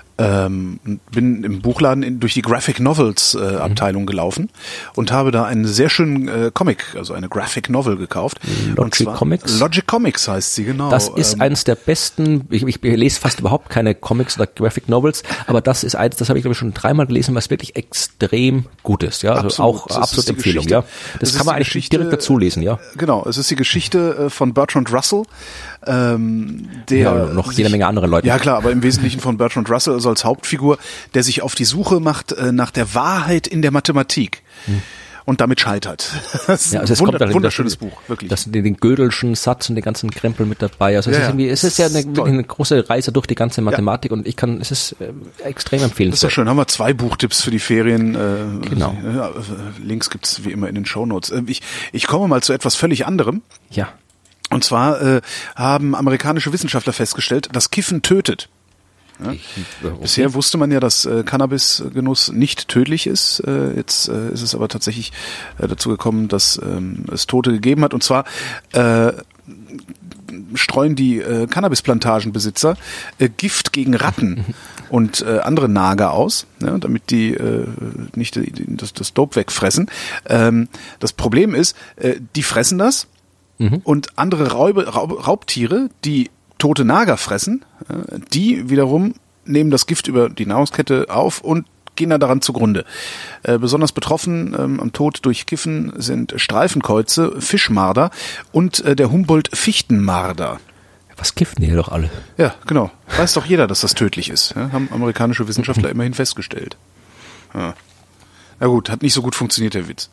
Bin im Buchladen durch die Graphic Novels Abteilung gelaufen und habe da einen sehr schönen Comic, also eine Graphic Novel gekauft. Logic Comics? Logic Comics heißt sie, genau. Das ist eines der besten, ich lese fast überhaupt keine Comics oder Graphic Novels, aber das ist eins, das habe ich glaube ich schon 3-mal gelesen, was wirklich extrem gut ist, ja, also auch absolut Empfehlung, ja. Das kann man eigentlich direkt dazu lesen, ja. Genau, es ist die Geschichte von Bertrand Russell, der noch jede Menge andere Leute. Ja klar, aber im Wesentlichen von Bertrand Russell, also als Hauptfigur, der sich auf die Suche macht nach der Wahrheit in der Mathematik. Und damit scheitert. Das ist ein wunderschönes Buch, wirklich. Das sind den Gödelschen Satz und den ganzen Krempel mit dabei. Also es ist ja eine große Reise durch die ganze Mathematik und es ist extrem empfehlenswert. Das ist ja schön. Haben wir 2 Buchtipps für die Ferien. Genau. Links gibt's wie immer in den Shownotes. Ich komme mal zu etwas völlig anderem. Ja. Und zwar haben amerikanische Wissenschaftler festgestellt, dass Kiffen tötet. Ja. Okay. Bisher wusste man ja, dass Cannabisgenuss nicht tödlich ist. Jetzt ist es aber tatsächlich dazu gekommen, dass es Tote gegeben hat. Und zwar streuen die Cannabisplantagenbesitzer Gift gegen Ratten und andere Nager aus, ja, damit die nicht das Dope wegfressen. Das Problem ist, die fressen das und andere Raubtiere, die tote Nager fressen, die wiederum nehmen das Gift über die Nahrungskette auf und gehen da daran zugrunde. Besonders betroffen am Tod durch Kiffen sind Streifenkäuze, Fischmarder und der Humboldt-Fichtenmarder. Was kiffen die doch alle? Ja, genau. Weiß doch jeder, dass das tödlich ist. Ja, haben amerikanische Wissenschaftler immerhin festgestellt. Ja. Na gut, hat nicht so gut funktioniert, der Witz.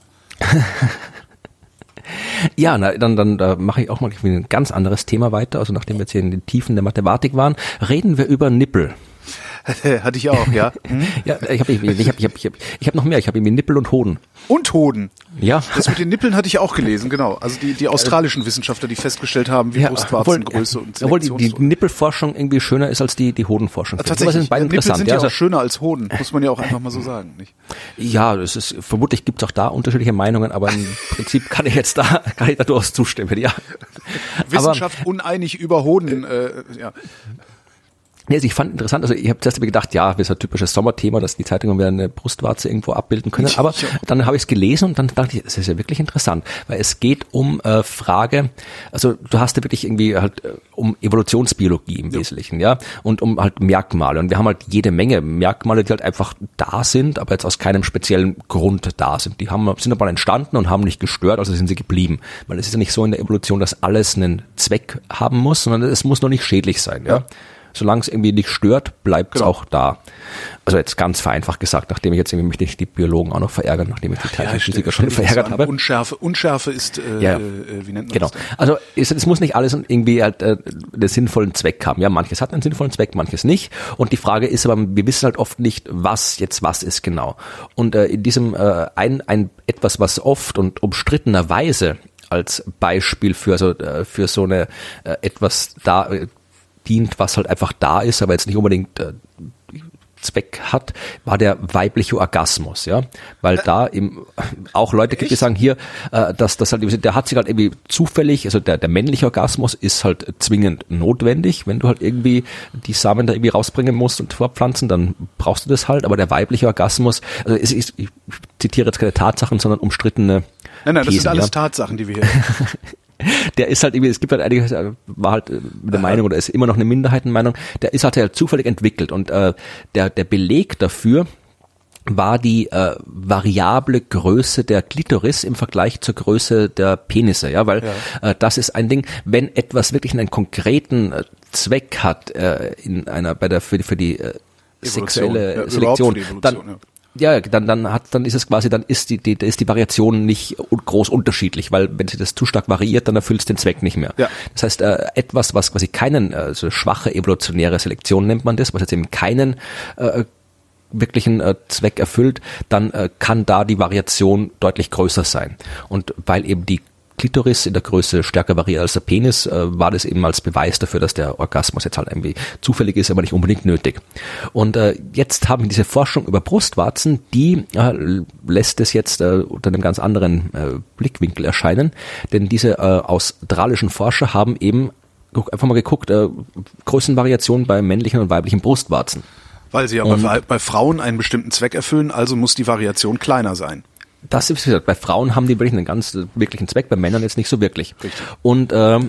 Ja, dann mache ich auch mal ein ganz anderes Thema weiter. Also nachdem wir jetzt hier in den Tiefen der Mathematik waren, reden wir über Nippel. Hatte ich auch, ja. Ja, ich hab noch mehr. Ich habe irgendwie Nippel und Hoden. Und Hoden? Ja. Das mit den Nippeln hatte ich auch gelesen, genau. Also die australischen Wissenschaftler, die festgestellt haben, wie Brustwarzengröße und Selektions- obwohl die Nippelforschung irgendwie schöner ist als die Hodenforschung. Tatsächlich, sind beide Nippel sind ja auch schöner als Hoden, muss man ja auch einfach mal so sagen, nicht? Ja, vermutlich gibt's auch da unterschiedliche Meinungen, aber im Prinzip kann ich da durchaus zustimmen, ja. Wissenschaft uneinig über Hoden, ja. Ja, also ich fand interessant, also ich habe zuerst gedacht, ja, das ist ein typisches Sommerthema, dass die Zeitungen wieder eine Brustwarze irgendwo abbilden können, aber dann habe ich es gelesen und dann dachte ich, das ist ja wirklich interessant, weil es geht um Frage, also du hast ja wirklich irgendwie halt um Evolutionsbiologie im Wesentlichen, ja, und um halt Merkmale und wir haben halt jede Menge Merkmale, die halt einfach da sind, aber jetzt aus keinem speziellen Grund da sind. Die sind aber entstanden und haben nicht gestört, also sind sie geblieben, weil es ist ja nicht so in der Evolution, dass alles einen Zweck haben muss, sondern es muss nur nicht schädlich sein, ja. Solange es irgendwie nicht stört, bleibt es auch da. Also jetzt ganz vereinfacht gesagt, nachdem ich jetzt irgendwie möchte ich die Biologen auch noch verärgern, nachdem ich die Teilchenphysiker schon verärgert habe. Unschärfe ist, wie nennt man genau. das? Also es muss nicht alles irgendwie halt einen sinnvollen Zweck haben. Ja, manches hat einen sinnvollen Zweck, manches nicht. Und die Frage ist aber, wir wissen halt oft nicht, was ist genau. Und in diesem etwas, was oft und umstrittenerweise als Beispiel für so eine etwas da dient, was halt einfach da ist, aber jetzt nicht unbedingt Zweck hat, war der weibliche Orgasmus, ja, weil da eben auch Leute gibt, die sagen hier, dass das halt, der hat sich halt irgendwie zufällig, also der männliche Orgasmus ist halt zwingend notwendig, wenn du halt irgendwie die Samen da irgendwie rausbringen musst und vorpflanzen, dann brauchst du das halt, aber der weibliche Orgasmus, also ich zitiere jetzt keine Tatsachen, sondern umstrittene Nein, das Thesen, sind alles Tatsachen, die wir hier... Der ist halt irgendwie, es gibt halt einige, war halt mit der Meinung oder ist immer noch eine Minderheitenmeinung, der ist halt zufällig entwickelt und der Beleg dafür war die variable Größe der Klitoris im Vergleich zur Größe der Penisse, ja, weil das ist ein Ding, wenn etwas wirklich einen konkreten Zweck hat für die sexuelle Selektion, dann ist es quasi, dann ist die Variation nicht groß unterschiedlich, weil wenn sich das zu stark variiert, dann erfüllt es den Zweck nicht mehr. Ja. Das heißt, etwas, was quasi so schwache evolutionäre Selektion nennt man das, was jetzt eben keinen wirklichen Zweck erfüllt, dann kann da die Variation deutlich größer sein. Und weil eben die Klitoris in der Größe stärker variiert als der Penis, war das eben als Beweis dafür, dass der Orgasmus jetzt halt irgendwie zufällig ist, aber nicht unbedingt nötig. Und jetzt haben wir diese Forschung über Brustwarzen, die lässt es jetzt unter einem ganz anderen Blickwinkel erscheinen, denn diese australischen Forscher haben eben einfach mal geguckt, Größenvariationen bei männlichen und weiblichen Brustwarzen. Weil sie ja bei Frauen einen bestimmten Zweck erfüllen, also muss die Variation kleiner sein. Das ist, wie gesagt, bei Frauen haben die wirklich einen ganz wirklichen Zweck, bei Männern jetzt nicht so wirklich. Richtig. Und haben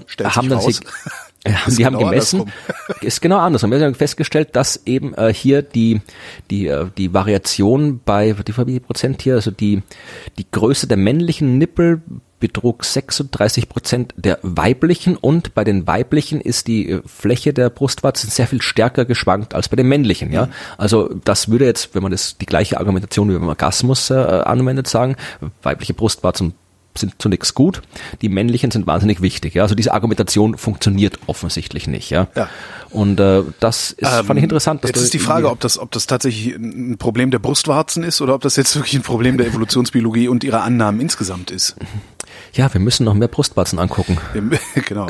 gemessen, ist genau andersrum. Wir haben festgestellt, dass eben hier die Variation bei, wie viel Prozent hier, also die Größe der männlichen Nippel betrug 36% der weiblichen und bei den weiblichen ist die Fläche der Brustwarzen sehr viel stärker geschwankt als bei den männlichen, ja. Also das würde jetzt, wenn man die gleiche Argumentation wie beim Orgasmus anwendet, sagen, weibliche Brustwarzen sind zunächst gut, die männlichen sind wahnsinnig wichtig, ja. Also diese Argumentation funktioniert offensichtlich nicht, ja. Und das ist, fand ich interessant. Jetzt ist die Frage, ob das tatsächlich ein Problem der Brustwarzen ist oder ob das jetzt wirklich ein Problem der Evolutionsbiologie und ihrer Annahmen insgesamt ist. Ja, wir müssen noch mehr Brustwarzen angucken. Genau.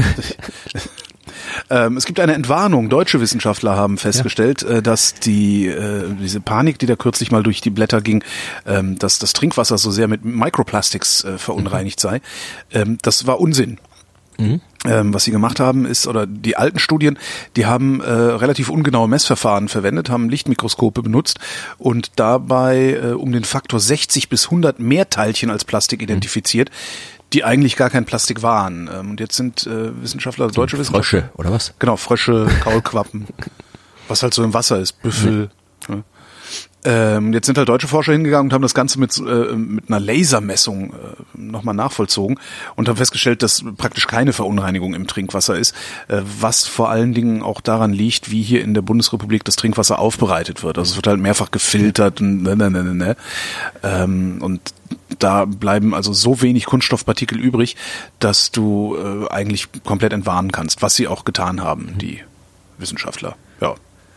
Es gibt eine Entwarnung. Deutsche Wissenschaftler haben festgestellt, dass diese Panik, die da kürzlich mal durch die Blätter ging, dass das Trinkwasser so sehr mit Microplastics verunreinigt sei, das war Unsinn. Was sie gemacht haben ist, oder die alten Studien, die haben relativ ungenaue Messverfahren verwendet, haben Lichtmikroskope benutzt und dabei um den Faktor 60 bis 100 mehr Teilchen als Plastik identifiziert, die eigentlich gar kein Plastik waren. Und jetzt sind Wissenschaftler, deutsche Wissenschaftler. Frösche, oder was? Genau, Frösche, Kaulquappen, was halt so im Wasser ist, Büffel. Ja. Jetzt sind halt deutsche Forscher hingegangen und haben das Ganze mit einer Lasermessung nochmal nachvollzogen und haben festgestellt, dass praktisch keine Verunreinigung im Trinkwasser ist, was vor allen Dingen auch daran liegt, wie hier in der Bundesrepublik das Trinkwasser aufbereitet wird. Also es wird halt mehrfach gefiltert und da bleiben also so wenig Kunststoffpartikel übrig, dass du eigentlich komplett entwarnen kannst, was sie auch getan haben, die Wissenschaftler. Ja.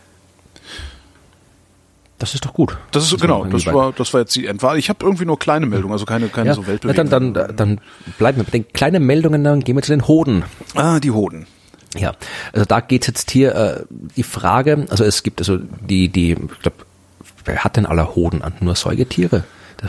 Das ist doch gut. Das ist genau. Das war jetzt die Entwarnung. Ich habe irgendwie nur kleine Meldungen, also keine so Weltbewegungen. Dann bleiben wir mit den kleinen Meldungen, dann gehen wir zu den Hoden. Die Hoden. Ja, also da geht's jetzt hier die Frage. Also es gibt also ich glaube, wer hat denn aller Hoden an? Nur Säugetiere?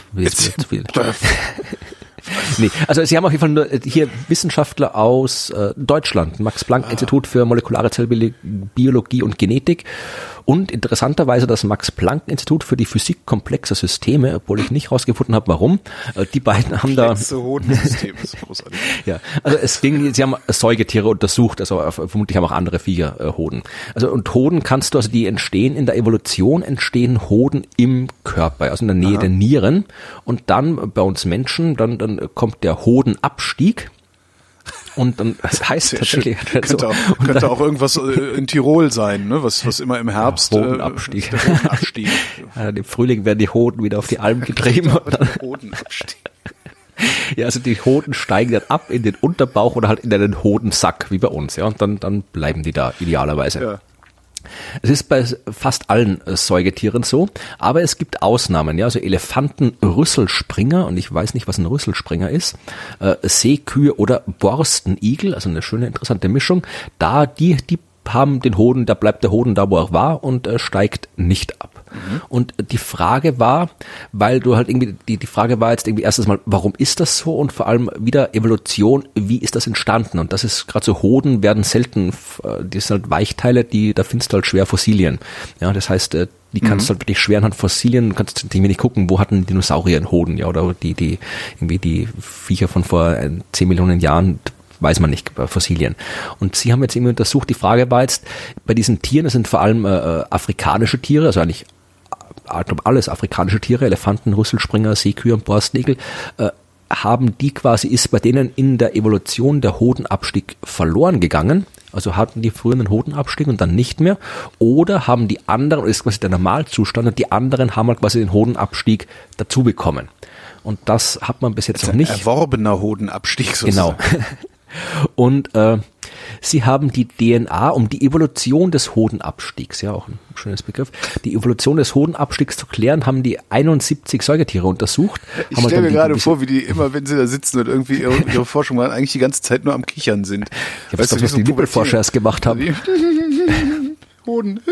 Nee, also sie haben auf jeden Fall nur hier Wissenschaftler aus Deutschland, Max-Planck-Institut für molekulare Zellbiologie und Genetik und interessanterweise das Max-Planck-Institut für die Physik komplexer Systeme, obwohl ich nicht rausgefunden habe, warum. Die beiden haben da... Hodensystem ist großartig. Ja, also sie haben Säugetiere untersucht, also vermutlich haben auch andere Viecher Hoden. Also und Hoden die entstehen in der Evolution, entstehen Hoden im Körper, also in der Nähe der Nieren und dann bei uns Menschen, dann kommt der Hodenabstieg. Und dann, das heißt tatsächlich... Könnte auch irgendwas in Tirol sein, ne? Was immer im Herbst... Hodenabstieg. Der Hodenabstieg. Im Frühling werden die Hoden wieder auf die Alm getrieben. Hodenabstieg. Ja, also die Hoden steigen dann ab in den Unterbauch oder halt in einen Hodensack, wie bei uns. Ja, und dann bleiben die da idealerweise. Ja. Es ist bei fast allen Säugetieren so, aber es gibt Ausnahmen, ja, also Elefanten, Rüsselspringer, und ich weiß nicht, was ein Rüsselspringer ist, Seekühe oder Borstenigel, also eine schöne, interessante Mischung, die haben den Hoden, da bleibt der Hoden da, wo er war und steigt nicht ab. Und die Frage war, weil du halt irgendwie, die Frage war jetzt irgendwie erstens mal, warum ist das so? Und vor allem wieder Evolution, wie ist das entstanden? Und das ist gerade so, Hoden werden selten, die sind halt Weichteile, da findest du halt schwer Fossilien. Ja, das heißt, die kannst du halt wirklich schwer anhand Fossilien, kannst du nicht gucken, wo hatten Dinosaurier einen Hoden, ja, oder die Viecher von vor 10 Millionen Jahren, weiß man nicht, bei Fossilien. Und sie haben jetzt irgendwie untersucht, die Frage war jetzt, bei diesen Tieren, das sind vor allem afrikanische Tiere, also eigentlich alles afrikanische Tiere, Elefanten, Rüsselspringer, Seekühe und Borstnigel, haben die quasi, ist bei denen in der Evolution der Hodenabstieg verloren gegangen, also hatten die früher einen Hodenabstieg und dann nicht mehr, oder haben die anderen, ist quasi der Normalzustand, und die anderen haben halt quasi den Hodenabstieg dazu bekommen. Und das hat man bis jetzt noch nicht. Erworbener Hodenabstieg sozusagen. Genau. Und sie haben die DNA, um die Evolution des Hodenabstiegs, ja auch ein schönes Begriff, die Evolution des Hodenabstiegs zu klären, haben die 71 Säugetiere untersucht. Ich stelle mir gerade vor, wie die immer, wenn sie da sitzen und irgendwie ihre Forschung machen, eigentlich die ganze Zeit nur am Kichern sind. Ich weiß nicht, was die Nippelforscher erst gemacht haben. Hoden.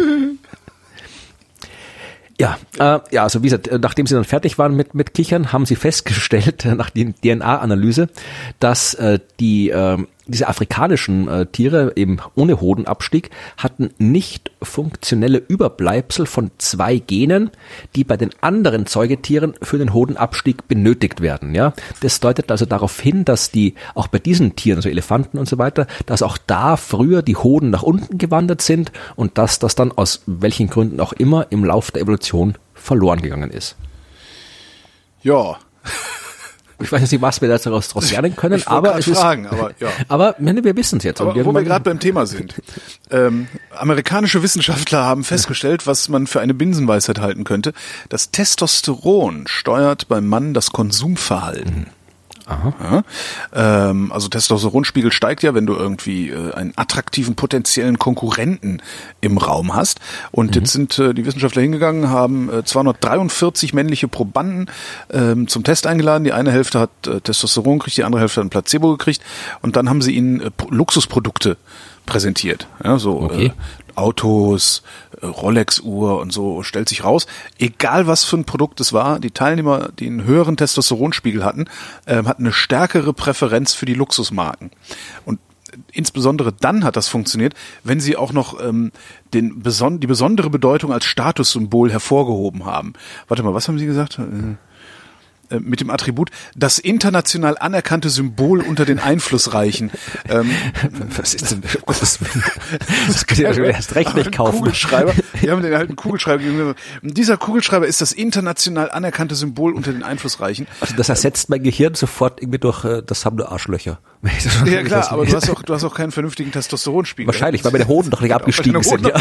Ja, also wie gesagt, nachdem sie dann fertig waren mit Kichern, haben sie festgestellt, nach der DNA-Analyse, dass diese afrikanischen Tiere eben ohne Hodenabstieg hatten nicht funktionelle Überbleibsel von 2 Genen, die bei den anderen Säugetieren für den Hodenabstieg benötigt werden. Ja, das deutet also darauf hin, dass die auch bei diesen Tieren, also Elefanten und so weiter, dass auch da früher die Hoden nach unten gewandert sind und dass das dann aus welchen Gründen auch immer im Lauf der Evolution verloren gegangen ist. Ja. Ich weiß nicht, was wir daraus lernen können, aber wir wissen es jetzt. Aber wo wir gerade beim Thema sind. Amerikanische Wissenschaftler haben festgestellt, was man für eine Binsenweisheit halten könnte. Das Testosteron steuert beim Mann das Konsumverhalten. Aha. Ja, also Testosteronspiegel steigt ja, wenn du irgendwie einen attraktiven potenziellen Konkurrenten im Raum hast. Und jetzt sind die Wissenschaftler hingegangen, haben 243 männliche Probanden zum Test eingeladen. Die eine Hälfte hat Testosteron gekriegt, die andere Hälfte hat ein Placebo gekriegt. Und dann haben sie ihnen Luxusprodukte präsentiert. Ja, so okay. Autos, Rolex-Uhr und so, stellt sich raus. Egal was für ein Produkt es war, die Teilnehmer, die einen höheren Testosteronspiegel hatten, hatten eine stärkere Präferenz für die Luxusmarken. Und insbesondere dann hat das funktioniert, wenn sie auch noch die besondere Bedeutung als Statussymbol hervorgehoben haben. Warte mal, was haben Sie gesagt? Mit dem Attribut, das international anerkannte Symbol unter den Einflussreichen. Was ist denn das? Das könnt ihr erst recht nicht kaufen. Kugelschreiber. Wir haben den alten Kugelschreiber gegeben. Dieser Kugelschreiber ist das international anerkannte Symbol unter den Einflussreichen. Also das ersetzt mein Gehirn sofort irgendwie durch, das haben nur Arschlöcher. Ja klar, aber du hast auch keinen vernünftigen Testosteronspiegel. Wahrscheinlich, weil meine Hoden doch nicht abgestiegen sind, ja.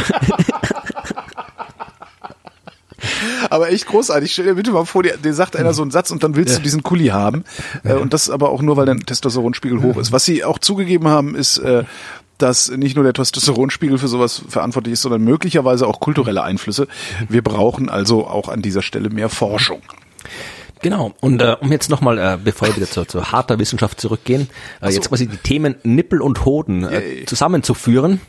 Aber echt großartig. Stell dir bitte mal vor, dir sagt einer so einen Satz und dann willst du diesen Kuli haben. Und das aber auch nur, weil dein Testosteronspiegel hoch ist. Was sie auch zugegeben haben, ist, dass nicht nur der Testosteronspiegel für sowas verantwortlich ist, sondern möglicherweise auch kulturelle Einflüsse. Wir brauchen also auch an dieser Stelle mehr Forschung. Genau, und um jetzt nochmal, bevor wir wieder zur harter Wissenschaft zurückgehen, jetzt quasi die Themen Nippel und Hoden zusammenzuführen.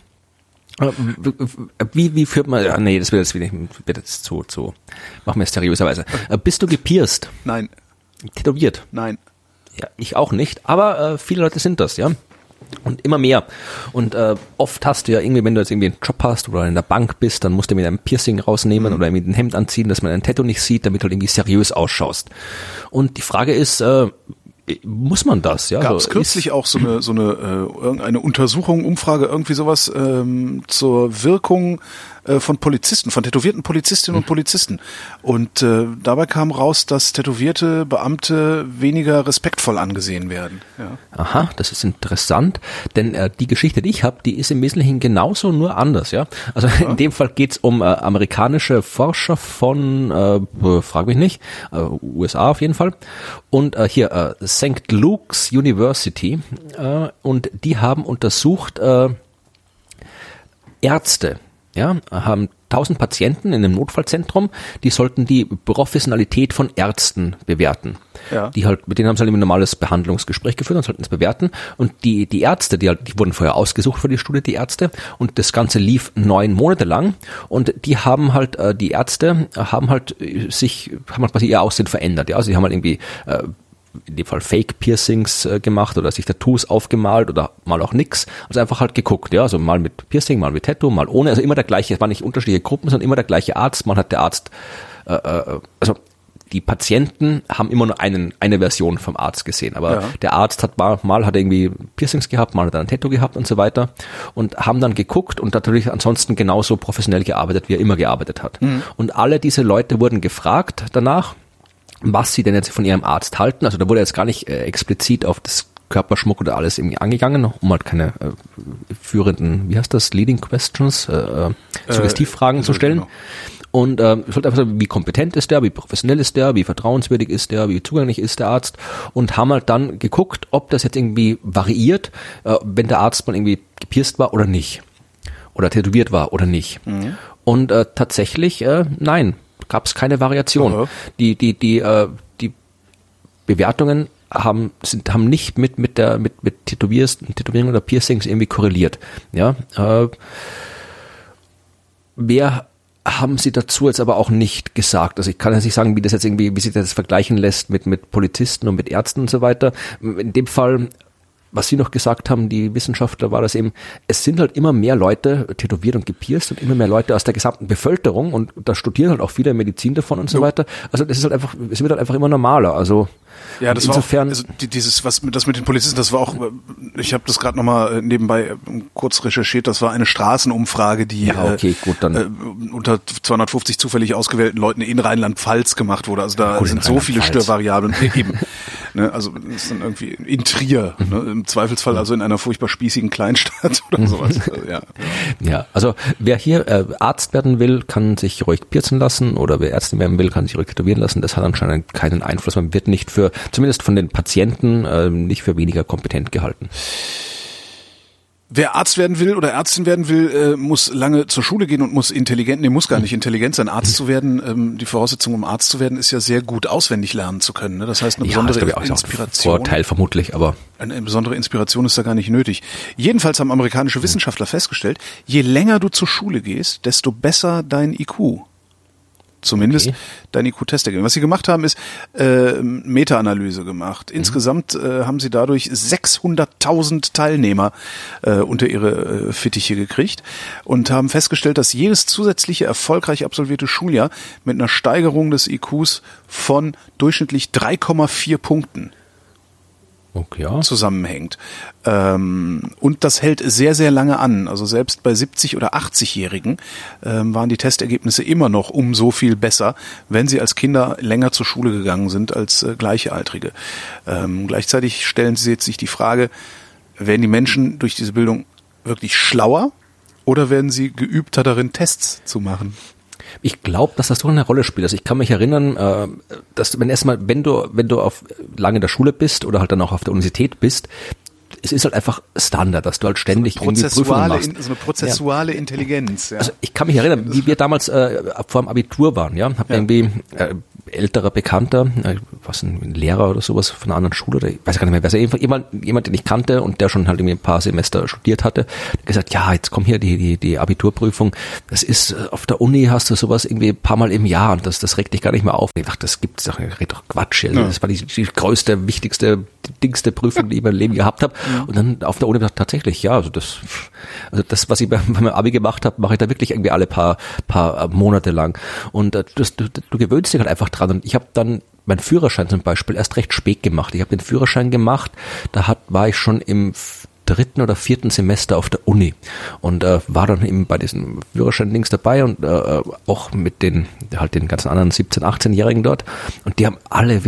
Wie führt man, das wird jetzt zu, machen wir es seriöserweise. Bist du gepierst? Nein. Tätowiert? Nein. Ja, ich auch nicht, aber viele Leute sind das, ja. Und immer mehr. Und oft hast du ja irgendwie, wenn du jetzt irgendwie einen Job hast oder in der Bank bist, dann musst du mit einem Piercing rausnehmen oder mit einem Hemd anziehen, dass man ein Tattoo nicht sieht, damit du halt irgendwie seriös ausschaust. Und die Frage ist, muss man das? Ja, gab es kürzlich auch so eine irgendeine Untersuchung, Umfrage, irgendwie sowas zur Wirkung von Polizisten, von tätowierten Polizistinnen und Polizisten. Und dabei kam raus, dass tätowierte Beamte weniger respektvoll angesehen werden. Ja. Aha, das ist interessant, denn die Geschichte, die ich habe, die ist im Wesentlichen genauso, nur anders. Ja, also in dem Fall geht's um amerikanische Forscher von, frag mich nicht, USA auf jeden Fall. Und hier St. Luke's University und die haben untersucht Ärzte, ja, haben 1000 Patienten in einem Notfallzentrum, die sollten die Professionalität von Ärzten bewerten. Ja. Mit denen haben sie halt ein normales Behandlungsgespräch geführt und sollten es bewerten. Und die Ärzte, die wurden vorher ausgesucht für die Studie, die Ärzte. Und das Ganze lief 9 Monate lang. Und die Ärzte haben quasi ihr Aussehen verändert. Ja, also die haben halt irgendwie, in dem Fall Fake-Piercings gemacht oder sich Tattoos aufgemalt oder mal auch nix. Also einfach halt geguckt, ja, also mal mit Piercing, mal mit Tattoo, mal ohne. Also immer der gleiche, es waren nicht unterschiedliche Gruppen, sondern immer der gleiche Arzt. Man hat der Arzt, also die Patienten haben immer nur eine Version vom Arzt gesehen, aber der Arzt hat mal hat irgendwie Piercings gehabt, mal hat er ein Tattoo gehabt und so weiter und haben dann geguckt und natürlich ansonsten genauso professionell gearbeitet, wie er immer gearbeitet hat. Mhm. Und alle diese Leute wurden gefragt danach, was sie denn jetzt von ihrem Arzt halten. Also da wurde jetzt gar nicht explizit auf das Körperschmuck oder alles irgendwie angegangen, um halt keine führenden, Leading Questions, Suggestivfragen zu stellen. Genau. Und ich sollte einfach sagen, wie kompetent ist der, wie professionell ist der, wie vertrauenswürdig ist der, wie zugänglich ist der Arzt und haben halt dann geguckt, ob das jetzt irgendwie variiert, wenn der Arzt mal irgendwie gepierst war oder nicht oder tätowiert war oder nicht. Mhm. Und tatsächlich, nein, gab es keine Variation. Uh-huh. Die Bewertungen haben nicht mit Tätowierungen oder Piercings irgendwie korreliert. Ja, wer haben sie dazu jetzt aber auch nicht gesagt. Also ich kann jetzt nicht sagen, wie sich das vergleichen lässt mit Polizisten und mit Ärzten und so weiter. In dem Fall, was sie noch gesagt haben, die Wissenschaftler, war das eben, es sind halt immer mehr Leute tätowiert und gepierst und immer mehr Leute aus der gesamten Bevölkerung und da studieren halt auch viele Medizin davon und so weiter. Also es wird halt einfach immer normaler. Also ja, das insofern, war auch, also das mit den Polizisten, das war auch, ich habe das gerade nochmal nebenbei kurz recherchiert, das war eine Straßenumfrage, die unter 250 zufällig ausgewählten Leuten in Rheinland-Pfalz gemacht wurde. Also da sind so viele Störvariablen eben. Ne, also das ist dann irgendwie in Trier, ne, im Zweifelsfall also in einer furchtbar spießigen Kleinstadt oder sowas. Ja, also wer hier Arzt werden will, kann sich ruhig piercen lassen oder wer Ärztin werden will, kann sich ruhig tätowieren lassen. Das hat anscheinend keinen Einfluss. Man wird nicht zumindest von den Patienten, nicht für weniger kompetent gehalten. Wer Arzt werden will oder Ärztin werden will, muss lange zur Schule gehen und muss muss gar nicht intelligent sein. Arzt zu werden, die Voraussetzung, um Arzt zu werden, ist ja sehr gut auswendig lernen zu können. Ne? Das heißt, eine besondere Inspiration. Vorteil vermutlich, aber eine besondere Inspiration ist da gar nicht nötig. Jedenfalls haben amerikanische Wissenschaftler festgestellt, je länger du zur Schule gehst, desto besser dein IQ. Zumindest dein IQ-Test. Was sie gemacht haben, ist Meta-Analyse gemacht. Insgesamt haben sie dadurch 600.000 Teilnehmer unter ihre Fittiche gekriegt und haben festgestellt, dass jedes zusätzliche erfolgreich absolvierte Schuljahr mit einer Steigerung des IQs von durchschnittlich 3,4 Punkten zusammenhängt. Und das hält sehr, sehr lange an. Also selbst bei 70- oder 80-Jährigen waren die Testergebnisse immer noch um so viel besser, wenn sie als Kinder länger zur Schule gegangen sind als Gleichaltrige. Gleichzeitig stellen sie jetzt sich die Frage, werden die Menschen durch diese Bildung wirklich schlauer oder werden sie geübter darin, Tests zu machen? Ich glaube, dass das doch eine Rolle spielt. Also ich kann mich erinnern, dass wenn du auf lange in der Schule bist oder halt dann auch auf der Universität bist, es ist halt einfach Standard, dass du halt ständig irgendwie Prüfungen machst. So eine prozessuale Intelligenz. Ja. Also ich kann mich erinnern, wie wir damals vor dem Abitur waren, ja, hab irgendwie älterer Bekannter, ein Lehrer oder sowas von einer anderen Schule, oder ich weiß gar nicht mehr, wer es jemand, den ich kannte und der schon halt irgendwie ein paar Semester studiert hatte, der gesagt, ja, jetzt kommt hier die Abiturprüfung, das ist, auf der Uni hast du sowas irgendwie ein paar Mal im Jahr und das regt dich gar nicht mehr auf. Ich dachte, das gibt's doch, red doch Quatsch. Also das war die größte, wichtigste, dingste Prüfung, die ich in meinem Leben gehabt habe. Und dann auf der Uni dachte ich tatsächlich, ja, also das, was ich bei meinem Abi gemacht habe, mache ich da wirklich irgendwie alle paar Monate lang. Und du gewöhnst dich halt einfach dran. Und ich habe dann meinen Führerschein zum Beispiel erst recht spät gemacht. Ich habe den Führerschein gemacht, war ich schon im 3. oder 4. Semester auf der Uni und war dann eben bei diesen Führerschein-Dings dabei und auch mit den ganzen anderen 17-, 18-Jährigen dort. Und die haben alle,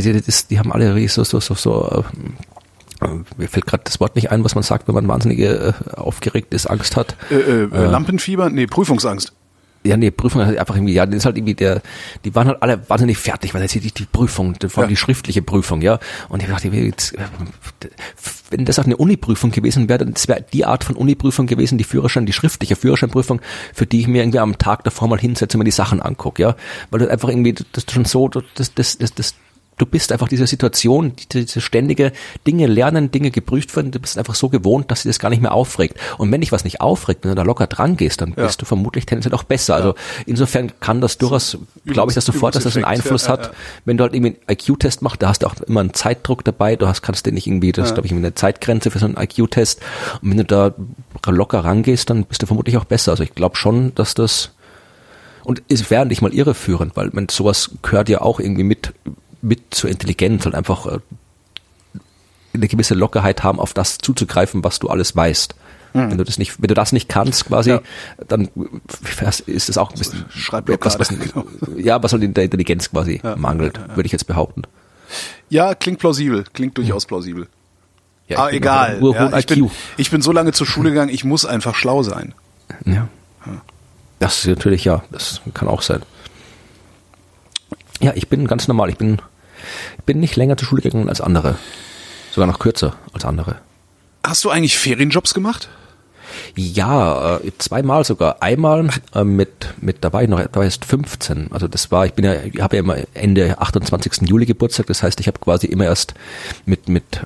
mir fällt gerade das Wort nicht ein, was man sagt, wenn man wahnsinnig aufgeregt ist, Angst hat. Lampenfieber? Nee, Prüfungsangst. Ja, nee, Prüfung halt einfach irgendwie, ja, das ist halt irgendwie die waren halt alle wahnsinnig fertig, weil jetzt hier die Prüfung, vor allem die schriftliche Prüfung, ja. Und ich dachte, jetzt, wenn das auch eine Uni-Prüfung gewesen wäre, dann wäre die Art von Uni-Prüfung gewesen, die schriftliche Führerscheinprüfung, für die ich mir irgendwie am Tag davor mal hinsetze und mir die Sachen angucke, ja. Weil du einfach irgendwie, das schon so, du bist einfach diese Situation, diese ständige Dinge lernen, Dinge geprüft werden, du bist einfach so gewohnt, dass sie das gar nicht mehr aufregt. Und wenn dich was nicht aufregt, wenn du da locker dran gehst, dann bist du vermutlich tendenziell auch besser. Also insofern kann das durchaus, glaube ich, dass sofort, dass das einen Einfluss hat. Wenn du halt irgendwie einen IQ-Test machst, da hast du auch immer einen Zeitdruck dabei, kannst du nicht irgendwie, das ist, glaube ich, eine Zeitgrenze für so einen IQ-Test. Und wenn du da locker rangehst, dann bist du vermutlich auch besser. Also ich glaube schon, dass das, und es wäre nicht mal irreführend, weil sowas gehört ja auch irgendwie mit zur Intelligenz, halt einfach eine gewisse Lockerheit haben, auf das zuzugreifen, was du alles weißt. Wenn du das nicht kannst, quasi, dann ist es auch ein bisschen etwas, was halt in der Intelligenz quasi mangelt, würde ich jetzt behaupten. Ja, klingt plausibel, klingt durchaus plausibel. Ja, aber egal. Ich bin so lange zur Schule gegangen, ich muss einfach schlau sein. Ja. Das ist natürlich, das kann auch sein. Ja, ich bin ganz normal. Ich bin nicht länger zur Schule gegangen als andere. Sogar noch kürzer als andere. Hast du eigentlich Ferienjobs gemacht? Ja, zweimal sogar. Einmal da war ich erst 15. Also ich habe ja immer Ende 28. Juli Geburtstag. Das heißt, ich habe quasi immer erst mit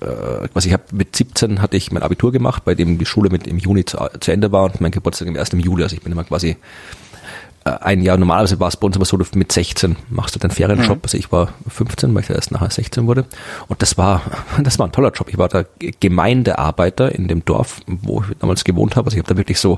17 hatte ich mein Abitur gemacht, bei dem die Schule im Juni zu Ende war und mein Geburtstag erst im Juli. Also ich bin immer quasi ein Jahr, normalerweise war es bei uns immer so, mit 16 machst du deinen Ferienjob. Also ich war 15, weil ich erst nachher 16 wurde. Und das war ein toller Job. Ich war da Gemeindearbeiter in dem Dorf, wo ich damals gewohnt habe. Also ich habe da wirklich so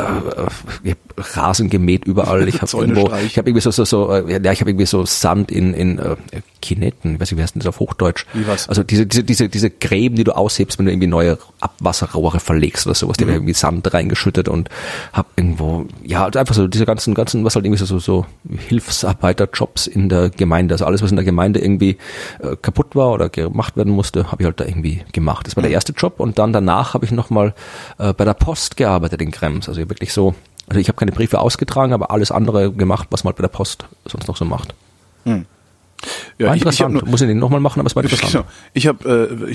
Rasen gemäht überall. Ich habe irgendwie so Sand in Kinetten, ich weiß nicht, wie heißt denn das auf Hochdeutsch? Wie was? Also diese Gräben, die du aushebst, wenn du irgendwie neue Abwasserrohre verlegst oder sowas, die haben irgendwie Sand reingeschüttet und hab irgendwo, einfach so diese ganzen, was halt irgendwie so Hilfsarbeiterjobs in der Gemeinde, also alles, was in der Gemeinde irgendwie kaputt war oder gemacht werden musste, habe ich halt da irgendwie gemacht. Das war der erste Job und dann danach habe ich nochmal bei der Post gearbeitet in Krems, also wirklich so, also ich habe keine Briefe ausgetragen, aber alles andere gemacht, was man halt bei der Post sonst noch so macht. Ja, war interessant. Muss ich den nochmal machen, aber es war interessant. Ich habe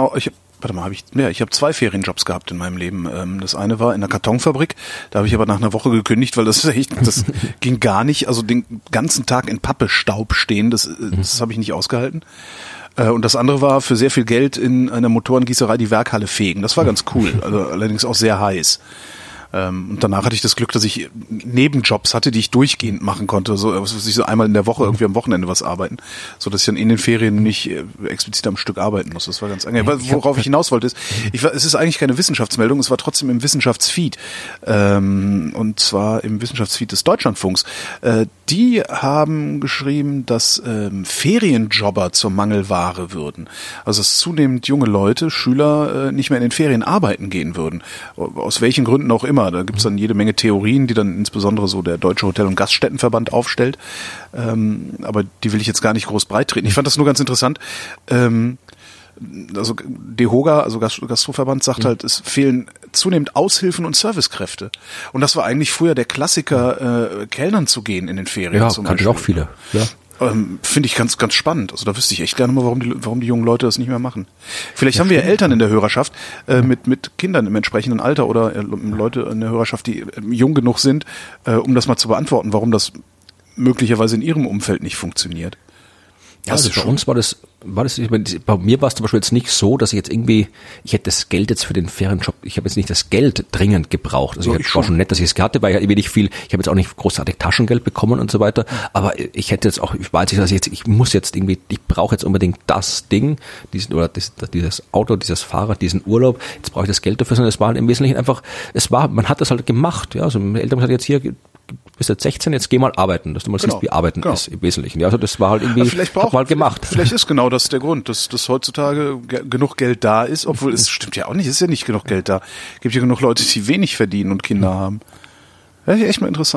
2 Ferienjobs gehabt in meinem Leben. Das eine war in einer Kartonfabrik, da habe ich aber nach einer Woche gekündigt, weil das ging gar nicht, also den ganzen Tag in Pappestaub stehen, das habe ich nicht ausgehalten. Und das andere war für sehr viel Geld in einer Motorengießerei die Werkhalle fegen. Das war ganz cool, also allerdings auch sehr heiß. Und danach hatte ich das Glück, dass ich Nebenjobs hatte, die ich durchgehend machen konnte, so einmal in der Woche irgendwie am Wochenende was arbeiten, so dass ich dann in den Ferien nicht explizit am Stück arbeiten muss. Das war ganz angenehm. Worauf ich hinaus wollte, es ist eigentlich keine Wissenschaftsmeldung, es war trotzdem im Wissenschaftsfeed, und zwar im Wissenschaftsfeed des Deutschlandfunks. Die haben geschrieben, dass Ferienjobber zur Mangelware würden. Also dass zunehmend junge Leute, Schüler nicht mehr in den Ferien arbeiten gehen würden. Aus welchen Gründen auch immer. Da gibt's dann jede Menge Theorien, die dann insbesondere so der Deutsche Hotel- und Gaststättenverband aufstellt. Aber die will ich jetzt gar nicht groß breit treten. Ich fand das nur ganz interessant. Also DEHOGA, also Gastroverband, sagt halt, es fehlen zunehmend Aushilfen und Servicekräfte. Und das war eigentlich früher der Klassiker, Kellnern zu gehen in den Ferien. Ja, kannte ich auch viele. Ja. Finde ich ganz, ganz spannend. Also da wüsste ich echt gerne mal, warum die jungen Leute das nicht mehr machen. Vielleicht haben wir ja Eltern in der Hörerschaft mit Kindern im entsprechenden Alter oder Leute in der Hörerschaft, die jung genug sind, um das mal zu beantworten, warum das möglicherweise in ihrem Umfeld nicht funktioniert. Ja, also bei uns war das, bei mir war es zum Beispiel jetzt nicht so, dass ich hätte das Geld jetzt für den Ferienjob, ich habe jetzt nicht das Geld dringend gebraucht. Also war schon nett, dass ich es hatte, weil ich habe jetzt auch nicht großartig Taschengeld bekommen und so weiter, aber ich hätte jetzt auch, ich weiß nicht, ich brauche jetzt unbedingt das Ding, dieses Auto, dieses Fahrrad, diesen Urlaub, jetzt brauche ich das Geld dafür, sondern es war im Wesentlichen einfach, man hat das halt gemacht, ja, also meine Eltern haben gesagt, jetzt hier, bist jetzt 16, jetzt geh mal arbeiten, dass du mal siehst, wie Arbeiten ist im Wesentlichen. Ja, also das war halt irgendwie, hat mal gemacht. Vielleicht ist genau das der Grund, dass heutzutage genug Geld da ist, obwohl es stimmt ja auch nicht, es ist ja nicht genug Geld da. Es gibt ja genug Leute, die wenig verdienen und Kinder haben. Ja, echt mal interessant.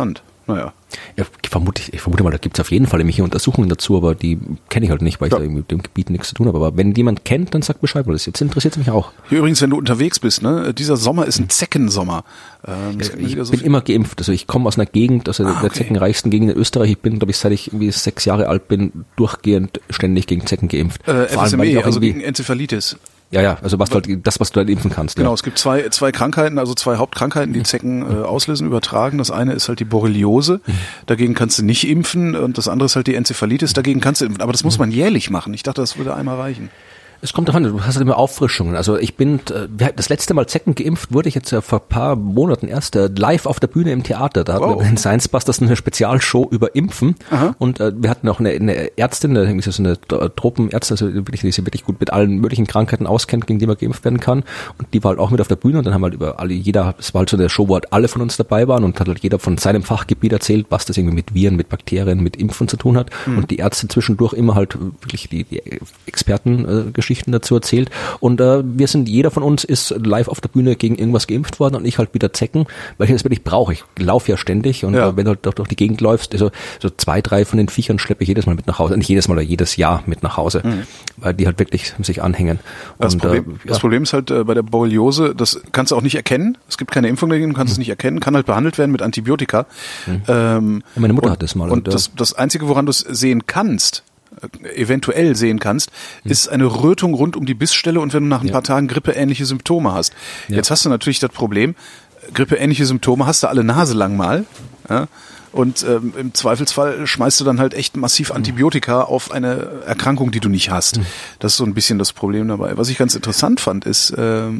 Naja. Ja, ich vermute mal, da gibt es auf jeden Fall nämlich Untersuchungen dazu, aber die kenne ich halt nicht, weil ich da irgendwie mit dem Gebiet nichts zu tun habe. Aber wenn jemand kennt, dann sagt Bescheid, weil das jetzt interessiert mich auch. Hier übrigens, wenn du unterwegs bist, ne, dieser Sommer ist ein Zeckensommer. Ich bin immer geimpft, also ich komme aus einer Gegend, aus der zeckenreichsten Gegend in Österreich. Ich bin, glaube ich, seit ich irgendwie 6 Jahre alt bin, durchgehend ständig gegen Zecken geimpft. FSME, also gegen Enzephalitis. Ja, also was du halt impfen kannst. Genau, ja. Es gibt zwei Krankheiten, also 2 Hauptkrankheiten, die Zecken auslösen, übertragen. Das eine ist halt die Borreliose, dagegen kannst du nicht impfen, und das andere ist halt die Enzephalitis, dagegen kannst du impfen. Aber das muss man jährlich machen. Ich dachte, das würde einmal reichen. Es kommt davon, du hast halt immer Auffrischungen. Also ich bin, das letzte Mal Zecken geimpft wurde ich jetzt vor ein paar Monaten erst live auf der Bühne im Theater. Da hatten wir in Science Busters eine Spezialshow über Impfen. Aha. Und wir hatten auch eine Ärztin, so eine Tropenärztin, also wirklich, die sich wirklich gut mit allen möglichen Krankheiten auskennt, gegen die man geimpft werden kann. Und die war halt auch mit auf der Bühne, und dann haben halt es war halt so eine Show, wo halt alle von uns dabei waren, und hat halt jeder von seinem Fachgebiet erzählt, was das irgendwie mit Viren, mit Bakterien, mit Impfen zu tun hat. Und die Ärzte zwischendurch immer halt wirklich die Expertengeschichten dazu erzählt, und jeder von uns ist live auf der Bühne gegen irgendwas geimpft worden, und ich halt wieder Zecken, weil ich das wirklich brauche. Ich laufe ja ständig, und wenn du halt durch die Gegend läufst, so 2, 3 von den Viechern schleppe ich jedes Mal mit nach Hause, nicht jedes Mal, oder jedes Jahr mit nach Hause, weil die halt wirklich sich anhängen. Das Problem ist halt bei der Borreliose, das kannst du auch nicht erkennen, es gibt keine Impfung dagegen, du kannst es nicht erkennen, kann halt behandelt werden mit Antibiotika. Meine Mutter hat das mal. Und das Einzige, woran du es eventuell sehen kannst, ist eine Rötung rund um die Bissstelle, und wenn du nach ein paar Tagen grippeähnliche Symptome hast. Ja. Jetzt hast du natürlich das Problem, grippeähnliche Symptome hast du alle Nase lang mal, ja? Und im Zweifelsfall schmeißt du dann halt echt massiv Antibiotika auf eine Erkrankung, die du nicht hast. Das ist so ein bisschen das Problem dabei. Was ich ganz interessant fand, ist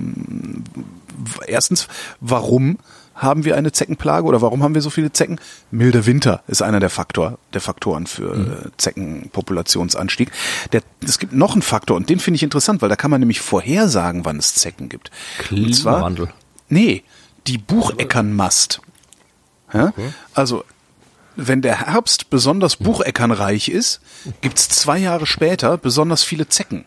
erstens, warum haben wir eine Zeckenplage, oder warum haben wir so viele Zecken? Milder Winter ist einer der Faktoren für Zeckenpopulationsanstieg. Es gibt noch einen Faktor, und den finde ich interessant, weil da kann man nämlich vorhersagen, wann es Zecken gibt. Klimawandel. Die Bucheckernmast. Ja? Okay. Also, wenn der Herbst besonders bucheckernreich ist, gibt's 2 Jahre später besonders viele Zecken.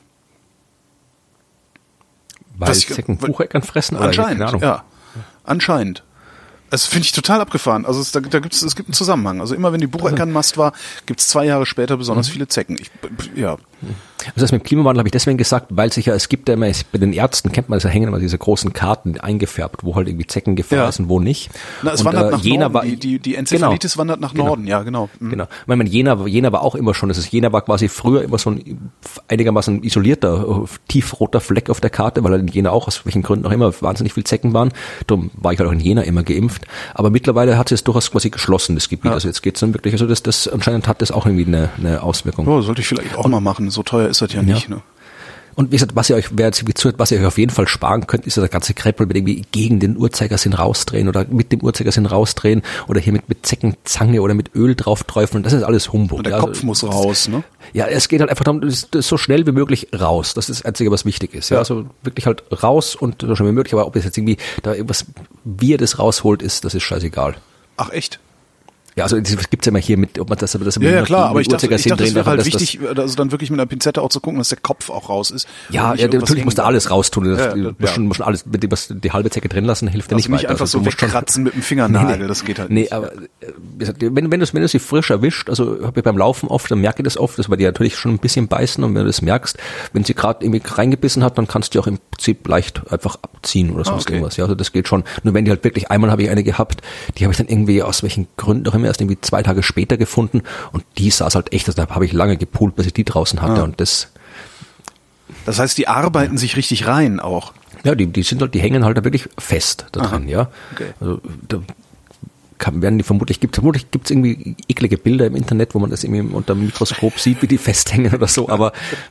Weil Zecken Bucheckern fressen? Anscheinend, keine Ahnung. Ja. Anscheinend. Das finde ich total abgefahren. Also es gibt einen Zusammenhang. Also immer wenn die Bucheckernmast war, gibt es 2 Jahre später besonders viele Zecken. Also das mit dem Klimawandel habe ich deswegen gesagt, weil es gibt ja immer, bei den Ärzten kennt man das, da hängen immer diese großen Karten eingefärbt, wo halt irgendwie Zecken Gefahr ist und wo nicht. Es wandert nach Norden, die Enzephalitis wandert nach Norden, ja genau. Genau. Ich meine, Jena war auch immer schon, Jena war quasi früher immer so ein einigermaßen isolierter, tiefroter Fleck auf der Karte, weil halt in Jena auch, aus welchen Gründen auch immer, wahnsinnig viel Zecken waren. Darum war ich halt auch in Jena immer geimpft. Aber mittlerweile hat es durchaus quasi geschlossen, das Gebiet. Ja. Also jetzt geht's dann wirklich, also das anscheinend hat das auch irgendwie eine Auswirkung. Oh, sollte ich vielleicht auch mal machen. So teuer ist das ja nicht, ne? Und wie gesagt, was ihr euch auf jeden Fall sparen könnt, ist das ganze Kreppel mit irgendwie gegen den Uhrzeigersinn rausdrehen oder mit dem Uhrzeigersinn rausdrehen oder hier mit Zeckenzange oder mit Öl drauf träufeln. Das ist alles Humbug. Und der Kopf muss raus, ne? Ja, es geht halt einfach darum, das so schnell wie möglich raus. Das ist das Einzige, was wichtig ist. Ja, also wirklich halt raus und so schnell wie möglich. Aber ob es jetzt irgendwie da irgendwas, wie ihr das rausholt, das ist scheißegal. Ach, echt? Ja, also das gibt's ja immer hier mit, ob man das ja klar, aber ich dachte, es wäre halt wichtig, also dann wirklich mit einer Pinzette auch zu gucken, dass der Kopf auch raus ist. Ja, natürlich musst du alles raustun. Du musst schon alles, die halbe Zecke drin lassen, hilft dir nicht weiter. Nicht einfach so wegkratzen mit dem Fingernagel, das geht halt nicht. Nee, aber wenn du sie frisch erwischt, also habe ich beim Laufen oft, dann merke ich das oft, dass wir die natürlich schon ein bisschen beißen, und wenn du das merkst, wenn sie gerade irgendwie reingebissen hat, dann kannst du auch im Prinzip leicht einfach abziehen oder sonst irgendwas. Ja, also das geht schon. Nur wenn die halt wirklich, einmal habe ich eine gehabt, die habe ich dann irgendwie aus welchen Gründen auch immer erst irgendwie 2 Tage später gefunden, und die saß halt echt, also da habe ich lange gepult, bis ich die draußen hatte, und das heißt, die arbeiten sich richtig rein auch. Ja, die hängen halt da wirklich fest da drin, ja. Okay. Also da werden die vermutlich gibt's irgendwie eklige Bilder im Internet, wo man das irgendwie unter dem Mikroskop sieht, wie die festhängen oder so, aber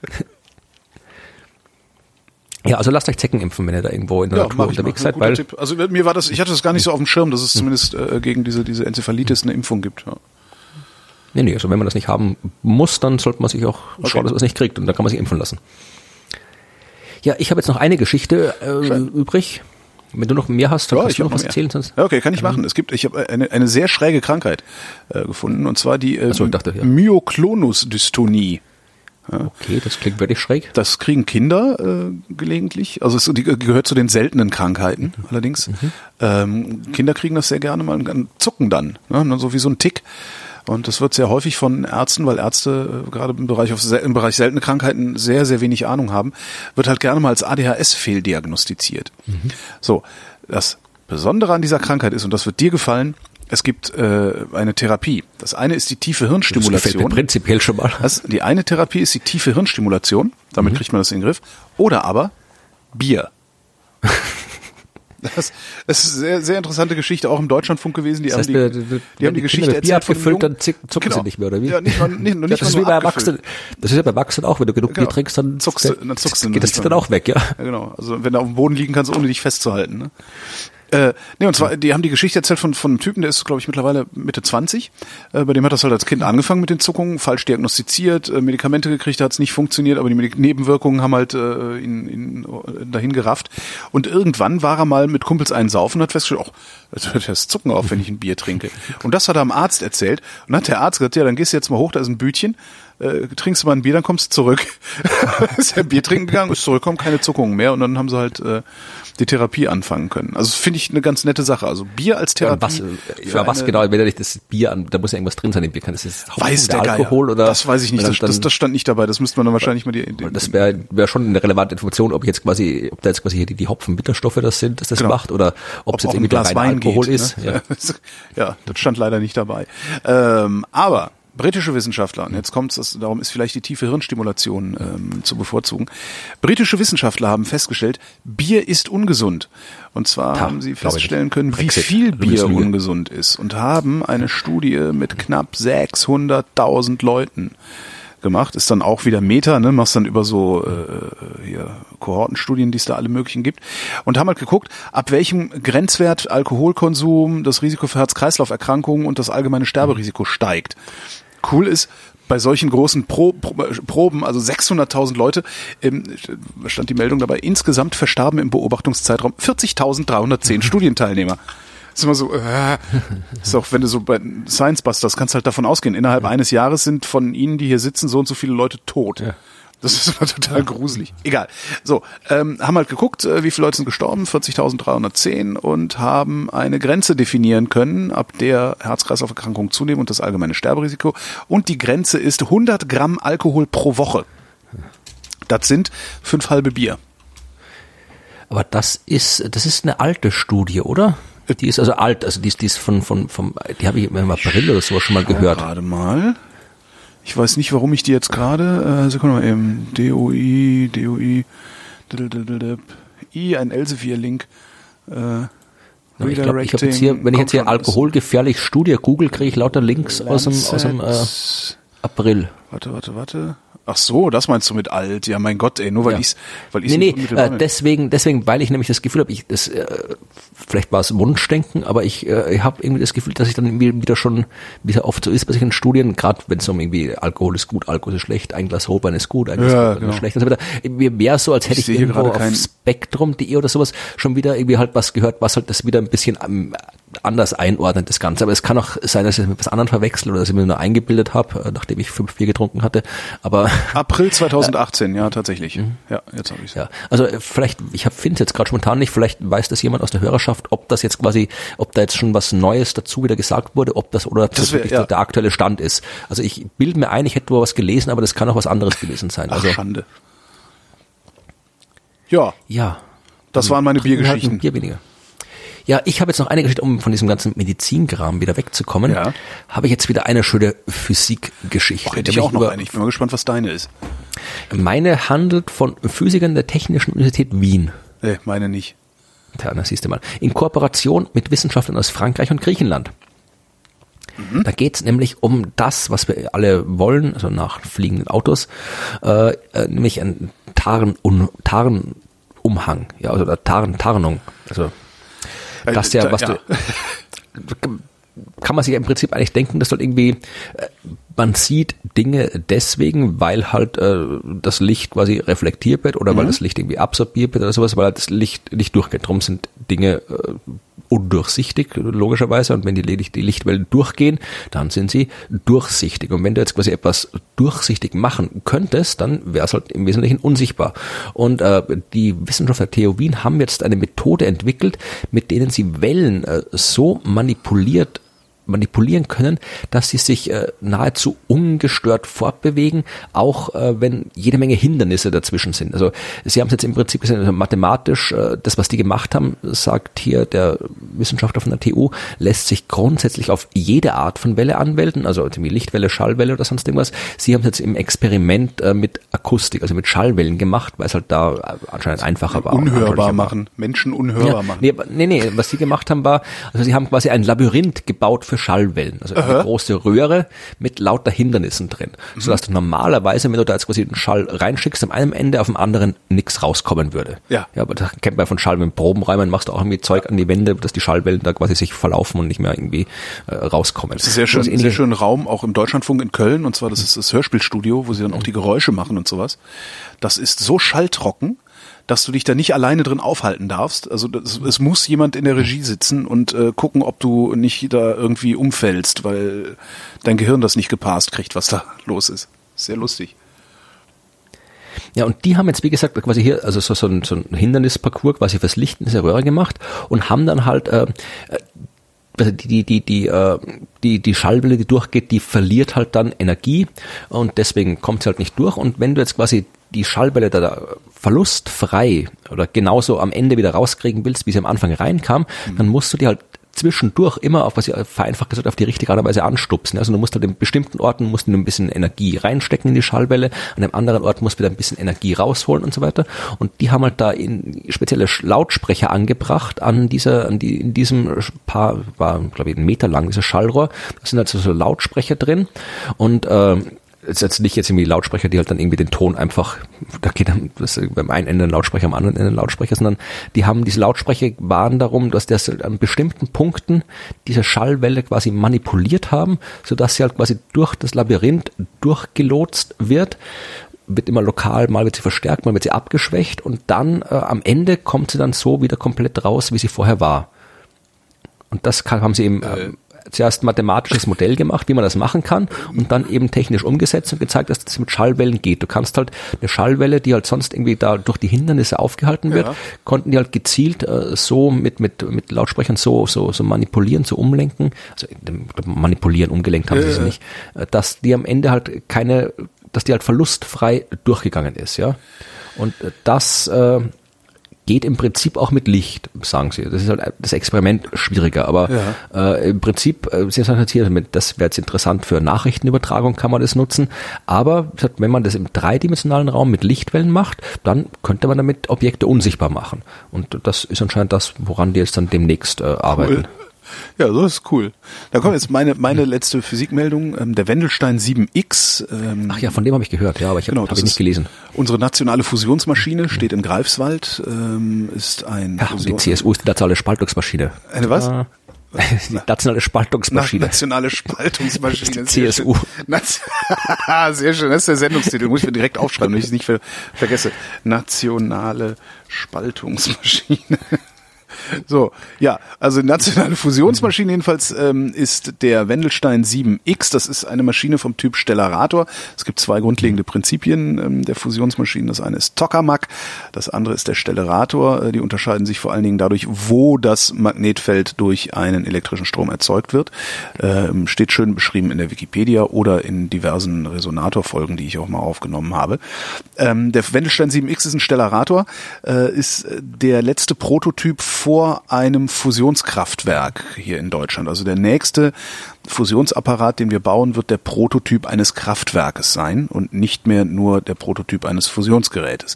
ja, also lasst euch Zecken impfen, wenn ihr da irgendwo in der Natur unterwegs seid. Weil Tipp. Also mir war das, ich hatte das gar nicht so auf dem Schirm, dass es zumindest gegen diese Enzephalitis eine Impfung gibt. Ja. Nee, also wenn man das nicht haben muss, dann sollte man sich auch schauen, dass man es nicht kriegt, und dann kann man sich impfen lassen. Ja, ich habe jetzt noch eine Geschichte übrig. Wenn du noch mehr hast, dann kannst du noch was erzählen. Sonst ja, okay, kann ich machen. Ich habe eine sehr schräge Krankheit gefunden, und zwar die Myoklonus-Dystonie. Okay, das klingt wirklich schräg. Das kriegen Kinder gelegentlich. Also es gehört zu den seltenen Krankheiten allerdings. Kinder kriegen das sehr gerne mal und zucken dann, ne? So wie so ein Tick. Und das wird sehr häufig von Ärzten, weil Ärzte gerade im Bereich seltene Krankheiten sehr, sehr wenig Ahnung haben, wird halt gerne mal als ADHS fehldiagnostiziert. So, das Besondere an dieser Krankheit ist, und das wird dir gefallen, es gibt eine Therapie. Das eine ist die tiefe Hirnstimulation. Das gefällt mir prinzipiell schon mal. Die eine Therapie ist die tiefe Hirnstimulation. Damit kriegt man das in den Griff. Oder aber Bier. Das ist eine sehr, sehr interessante Geschichte, auch im Deutschlandfunk gewesen. Die haben die Geschichte Bier abgefüllt, dann zucken sie nicht mehr, oder wie? Ja, nicht das ist wie bei Erwachsenen. Das ist ja bei Erwachsenen auch, wenn du genug Bier trinkst, dann geht das dann auch weg, ja. Ja, genau. Also wenn du auf dem Boden liegen kannst, ohne dich festzuhalten, ne? Und zwar, die haben die Geschichte erzählt von einem Typen, der ist, glaube ich, mittlerweile Mitte 20. Bei dem hat das halt als Kind angefangen mit den Zuckungen, falsch diagnostiziert, Medikamente gekriegt, da hat es nicht funktioniert, aber die Nebenwirkungen haben halt ihn dahin gerafft. Und irgendwann war er mal mit Kumpels einen saufen und hat festgestellt, jetzt hört das Zucken auf, wenn ich ein Bier trinke. Und das hat er am Arzt erzählt. Und dann hat der Arzt gesagt, ja, dann gehst du jetzt mal hoch, da ist ein Bütchen, trinkst du mal ein Bier, dann kommst du zurück. Ist er Bier trinken gegangen, ist zurückgekommen, keine Zuckungen mehr. Und dann haben sie halt die Therapie anfangen können. Also das finde ich eine ganz nette Sache. Also Bier als Therapie. Was genau, wenn er nicht das Bier an, da muss ja irgendwas drin sein im Bier. Kann das jetzt weiß der Alkohol Geier. Oder? Das weiß ich nicht. Das stand nicht dabei. Das müsste man dann wahrscheinlich mal das wäre schon eine relevante Information, ob da jetzt quasi hier die Hopfenbitterstoffe das sind, dass das macht, oder ob es jetzt irgendwie der reine Alkohol geht, ist. Ne? Ja, das stand leider nicht dabei. Aber britische Wissenschaftler, und jetzt kommt's, darum ist vielleicht die tiefe Hirnstimulation zu bevorzugen. Britische Wissenschaftler haben festgestellt, Bier ist ungesund. Und zwar haben sie feststellen können, wie viel Bier ungesund ist, und haben eine Studie mit knapp 600.000 Leuten gemacht. Ist dann auch wieder Meta, ne? Machst dann über so Kohortenstudien, die es da alle möglichen gibt, und haben halt geguckt, ab welchem Grenzwert Alkoholkonsum, das Risiko für Herz-Kreislauf-Erkrankungen und das allgemeine Sterberisiko steigt. Cool ist, bei solchen großen Proben, also 600.000 Leute, stand die Meldung dabei, insgesamt verstarben im Beobachtungszeitraum 40.310 Studienteilnehmer. Das ist immer so, ist auch, wenn du so bei Science Busters kannst halt davon ausgehen, innerhalb eines Jahres sind von ihnen, die hier sitzen, so und so viele Leute tot. Ja. Das ist immer total gruselig. Egal. So, haben halt geguckt, wie viele Leute sind gestorben, 40.310, und haben eine Grenze definieren können, ab der Herz-Kreislauf-Erkrankungen zunehmen und das allgemeine Sterberisiko. Und die Grenze ist 100 Gramm Alkohol pro Woche. Das sind 5 halbe Bier. Aber das ist eine alte Studie, oder? Die ist also alt, also die ist die habe ich im April oder so schon mal gehört. Gerade mal. Ich weiß nicht, warum ich die jetzt gerade, Sekunde mal eben, DOI, ein Elsevier-Link, ich glaube, ich habe jetzt hier, wenn ich jetzt hier alkoholgefährlich Studie google, kriege ich lauter Links aus dem April. Warte. Ach so, das meinst du mit alt? Ja, mein Gott, ey, nur weil ich's deswegen, weil ich nämlich das Gefühl habe, vielleicht war es Wunschdenken, aber ich habe irgendwie das Gefühl, dass ich dann irgendwie wieder schon, wie es oft so ist bei solchen Studien, gerade wenn es um irgendwie Alkohol ist gut, Alkohol ist schlecht, ein Glas Rotwein ist gut, ein Glas Rotwein ist schlecht und so weiter. Mir wäre so, als hätte ich irgendwo auf Spektrum.de oder sowas schon wieder irgendwie halt was gehört, was halt das wieder ein bisschen anders einordnet, das Ganze. Aber es kann auch sein, dass ich es mit was anderem verwechsel oder dass ich mir nur eingebildet habe, nachdem ich 5 Bier getrunken hatte. Aber April 2018, ja, tatsächlich. Ja, jetzt habe ich es. Ja, also vielleicht, ich finde es jetzt gerade spontan nicht, vielleicht weiß das jemand aus der Hörerschaft, ob da jetzt schon was Neues dazu wieder gesagt wurde, ob das oder das wirklich der aktuelle Stand ist. Also ich bilde mir ein, ich hätte wohl was gelesen, aber das kann auch was anderes gewesen sein. Ach, also Schande. Ja. Das waren meine Biergeschichten. Halt Bier weniger. Ja, ich habe jetzt noch eine Geschichte, um von diesem ganzen Medizingram wieder wegzukommen. Ja. Habe ich jetzt wieder eine schöne Physikgeschichte. Hätte ich auch noch eine. Ich bin mal gespannt, was deine ist. Meine handelt von Physikern der Technischen Universität Wien. Meine nicht. Tja, das siehst du mal. In Kooperation mit Wissenschaftlern aus Frankreich und Griechenland. Da geht's nämlich um das, was wir alle wollen, also nach fliegenden Autos, nämlich ein Tarnumhang, ja, also Tarnung, also dass der, kann man sich ja im Prinzip eigentlich denken, dass dort irgendwie, man sieht Dinge deswegen, weil halt das Licht quasi reflektiert wird oder weil das Licht irgendwie absorbiert wird oder sowas, weil halt das Licht nicht durchgeht. Darum sind Dinge undurchsichtig, logischerweise. Und wenn die Lichtwellen durchgehen, dann sind sie durchsichtig. Und wenn du jetzt quasi etwas durchsichtig machen könntest, dann wäre es halt im Wesentlichen unsichtbar. Und die Wissenschaftler der TU Wien haben jetzt eine Methode entwickelt, mit denen sie Wellen so manipulieren können, dass sie sich nahezu ungestört fortbewegen, auch wenn jede Menge Hindernisse dazwischen sind. Also sie haben es jetzt im Prinzip gesehen, also mathematisch, das, was die gemacht haben, sagt hier der Wissenschaftler von der TU, lässt sich grundsätzlich auf jede Art von Welle anwenden, also wie Lichtwelle, Schallwelle oder sonst irgendwas. Sie haben es jetzt im Experiment mit Akustik, also mit Schallwellen gemacht, weil es halt da anscheinend einfacher war. Unhörbar machen, Menschen unhörbar machen. Nee, was sie gemacht haben war, also sie haben quasi ein Labyrinth gebaut für Schallwellen, also eine große Röhre mit lauter Hindernissen drin, sodass du normalerweise, wenn du da jetzt quasi den Schall reinschickst, am einen Ende auf dem anderen nichts rauskommen würde. Ja, aber das kennt man von Schallwellen. Probenräumen machst du auch irgendwie Zeug an die Wände, dass die Schallwellen da quasi sich verlaufen und nicht mehr irgendwie rauskommen. Das ist sehr schön Raum, auch im Deutschlandfunk in Köln, und zwar das ist das Hörspielstudio, wo sie dann auch die Geräusche machen und sowas. Das ist so schalltrocken, dass du dich da nicht alleine drin aufhalten darfst. Also es muss jemand in der Regie sitzen und gucken, ob du nicht da irgendwie umfällst, weil dein Gehirn das nicht gepasst kriegt, was da los ist. Sehr lustig. Ja, und die haben jetzt, wie gesagt, quasi hier, also so ein Hindernisparcours quasi fürs Licht in dieser Röhre gemacht und haben dann halt die Schallwelle, die durchgeht, die verliert halt dann Energie und deswegen kommt sie halt nicht durch. Und wenn du jetzt quasi die Schallwelle da verlustfrei oder genauso am Ende wieder rauskriegen willst, wie sie am Anfang reinkam, dann musst du die halt zwischendurch immer auf, was ich vereinfacht gesagt, auf die richtige Art und Weise anstupsen. Also du musst halt in bestimmten Orten musst du ein bisschen Energie reinstecken in die Schallwelle, an einem anderen Ort musst du wieder ein bisschen Energie rausholen und so weiter. Und die haben halt da in spezielle Lautsprecher angebracht in diesem Paar, war glaube ich 1 Meter lang, dieses Schallrohr. Da sind halt so Lautsprecher drin und ist jetzt nicht jetzt irgendwie Lautsprecher, die halt dann irgendwie den Ton einfach, da geht dann beim einen Ende ein Lautsprecher, am anderen Ende ein Lautsprecher, sondern diese Lautsprecher waren darum, dass das an bestimmten Punkten diese Schallwelle quasi manipuliert haben, sodass sie halt quasi durch das Labyrinth durchgelotst wird immer lokal, mal wird sie verstärkt, mal wird sie abgeschwächt und dann am Ende kommt sie dann so wieder komplett raus, wie sie vorher war. Und das haben sie eben zuerst ein mathematisches Modell gemacht, wie man das machen kann und dann eben technisch umgesetzt und gezeigt, dass das mit Schallwellen geht. Du kannst halt eine Schallwelle, die halt sonst irgendwie da durch die Hindernisse aufgehalten wird, konnten die halt gezielt so mit Lautsprechern so manipulieren, so umlenken, also manipulieren, umgelenkt haben sie es nicht, dass die am Ende halt dass die halt verlustfrei durchgegangen ist, ja. Und das geht im Prinzip auch mit Licht, sagen sie. Das ist halt das Experiment schwieriger, aber im Prinzip, sie sagen halt hier, das wäre jetzt interessant für Nachrichtenübertragung, kann man das nutzen, aber wenn man das im dreidimensionalen Raum mit Lichtwellen macht, dann könnte man damit Objekte unsichtbar machen. Und das ist anscheinend das, woran die jetzt dann demnächst arbeiten. Cool. Ja, so ist cool. Da kommt jetzt meine letzte Physikmeldung, der Wendelstein 7X. Ach ja, von dem habe ich gehört, ja, aber ich habe nicht gelesen. Unsere nationale Fusionsmaschine steht in Greifswald, ist ein... Ja, die CSU ist die nationale Spaltungsmaschine. Eine was? Die nationale Spaltungsmaschine. Nationale Spaltungsmaschine. Die CSU. Sehr schön, das ist der Sendungstitel. Muss ich mir direkt aufschreiben, damit ich es nicht vergesse. Nationale Spaltungsmaschine. So, ja, also nationale Fusionsmaschine jedenfalls ist der Wendelstein 7X. Das ist eine Maschine vom Typ Stellarator. Es gibt 2 grundlegende Prinzipien der Fusionsmaschinen. Das eine ist Tokamak, das andere ist der Stellarator. Die unterscheiden sich vor allen Dingen dadurch, wo das Magnetfeld durch einen elektrischen Strom erzeugt wird. Steht schön beschrieben in der Wikipedia oder in diversen Resonatorfolgen, die ich auch mal aufgenommen habe. Der Wendelstein 7X ist ein Stellarator, ist der letzte Prototyp vor einem Fusionskraftwerk hier in Deutschland. Also der nächste Fusionsapparat, den wir bauen, wird der Prototyp eines Kraftwerkes sein und nicht mehr nur der Prototyp eines Fusionsgerätes.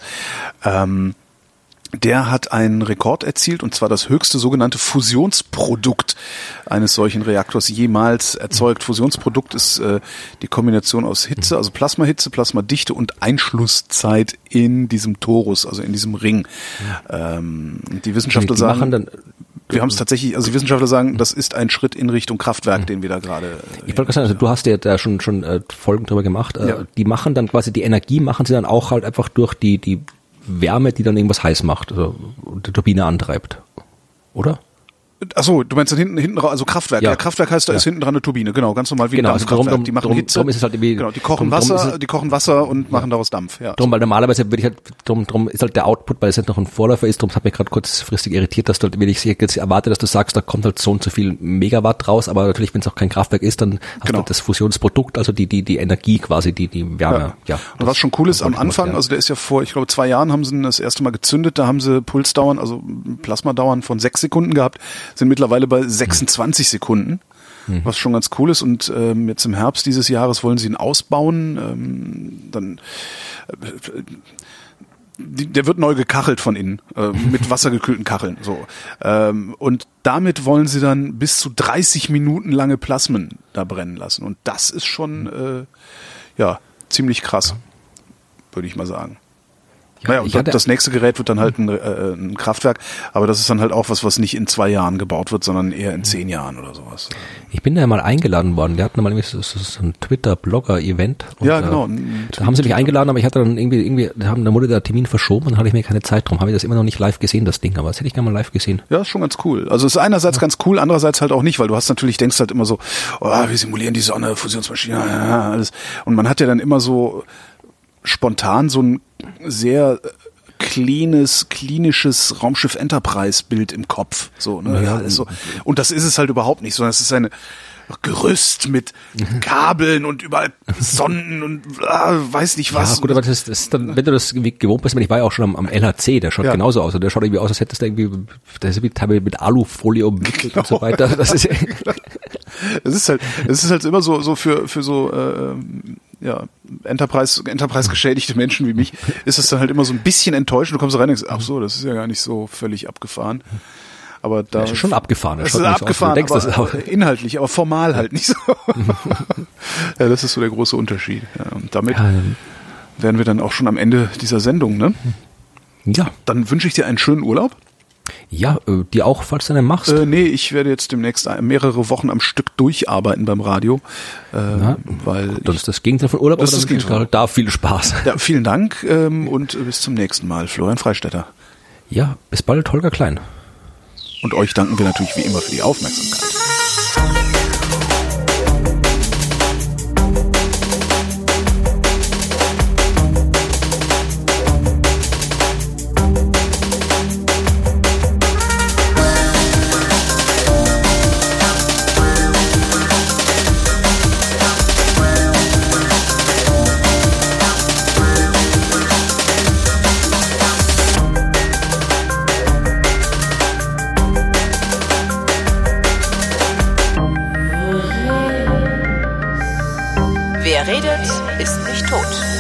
Der hat einen Rekord erzielt, und zwar das höchste sogenannte Fusionsprodukt eines solchen Reaktors jemals erzeugt. Fusionsprodukt ist die Kombination aus Hitze, also Plasmahitze, Plasmadichte und Einschlusszeit in diesem Torus, also in diesem Ring. Die Wissenschaftler sagen, wir haben es tatsächlich, also die Wissenschaftler sagen, das ist ein Schritt in Richtung Kraftwerk, den wir da gerade... Ich wollte sagen, also du hast ja da schon Folgen drüber gemacht. Ja. Die machen dann quasi, die Energie machen sie dann auch halt einfach durch die Wärme, die dann irgendwas heiß macht, also die Turbine antreibt, oder? Achso, du meinst dann hinten also Kraftwerk. Ja, Kraftwerk heißt, da ist hinten dran eine Turbine, genau, ganz normal wie ein Dampfkraftwerk. Die machen Hitze. Drum ist es halt irgendwie, genau, die kochen Wasser und machen daraus Dampf. Ja. Weil normalerweise würde ich halt, drum ist halt der Output, weil es halt noch ein Vorläufer ist, drum hat mich gerade kurzfristig irritiert, dass du halt, wenn ich jetzt erwarte, dass du sagst, da kommt halt so und so viel Megawatt raus, aber natürlich, wenn es auch kein Kraftwerk ist, dann hast du halt das Fusionsprodukt, also die Energie quasi, die Wärme. Ja. Und was schon cool ist am Anfang, also der ist ja vor, ich glaube 2 Jahren haben sie ihn das erste Mal gezündet, da haben sie Pulsdauern, also Plasmadauern von 6 Sekunden gehabt, sind mittlerweile bei 26 Sekunden, was schon ganz cool ist. Und jetzt im Herbst dieses Jahres wollen sie ihn ausbauen. Der wird neu gekachelt von innen, mit wassergekühlten Kacheln. So. Und damit wollen sie dann bis zu 30 Minuten lange Plasmen da brennen lassen. Und das ist schon ziemlich krass, würde ich mal sagen. Naja, und das nächste Gerät wird dann halt ein Kraftwerk, aber das ist dann halt auch was nicht in 2 Jahren gebaut wird, sondern eher in 10 Jahren oder sowas. Ich bin da ja mal eingeladen worden, wir hatten mal irgendwie so ein Twitter-Blogger-Event. Ja, genau. Da haben sie mich eingeladen, aber ich hatte dann irgendwie, da wurde der Termin verschoben und dann hatte ich mir keine Zeit drum, habe ich das immer noch nicht live gesehen, das Ding, aber das hätte ich gerne mal live gesehen. Ja, ist schon ganz cool. Also es ist einerseits ganz cool, andererseits halt auch nicht, weil du hast natürlich, denkst halt immer so, wir simulieren die Sonne, Fusionsmaschine, alles. Und man hat ja dann immer so spontan so ein sehr klinisches Raumschiff Enterprise-Bild im Kopf. So, ne? Ja, alles so. Und das ist es halt überhaupt nicht, sondern es ist eine Gerüst mit Kabeln und überall Sonden und weiß nicht was. Ja, gut, aber das ist dann, wenn du das irgendwie gewohnt bist, ich war ja auch schon am LHC, der schaut genauso aus. Und der schaut irgendwie aus, als hättest du irgendwie, das ist wie teilweise mit Alufolie umwickelt und so weiter. Das ist es ist halt immer so für so Enterprise geschädigte Menschen wie mich, ist es dann halt immer so ein bisschen enttäuschend. Du kommst rein und denkst, ach so, das ist ja gar nicht so völlig abgefahren. Aber da ist schon abgefahren. Es ist abgefahren, aber inhaltlich, aber formal halt nicht so. Ja, das ist so der große Unterschied. Ja, und damit wären wir dann auch schon am Ende dieser Sendung, ne? Ja. Dann wünsche ich dir einen schönen Urlaub. Ja, dir auch, falls du den machst. Nee, ich werde jetzt demnächst mehrere Wochen am Stück durcharbeiten beim Radio. Weil das ist das Gegenteil von Urlaub, das ist das Gegenteil. Da viel Spaß. Ja, vielen Dank und bis zum nächsten Mal. Florian Freistetter. Ja, bis bald, Holger Klein. Und euch danken wir natürlich wie immer für die Aufmerksamkeit. Wer redet, ist nicht tot.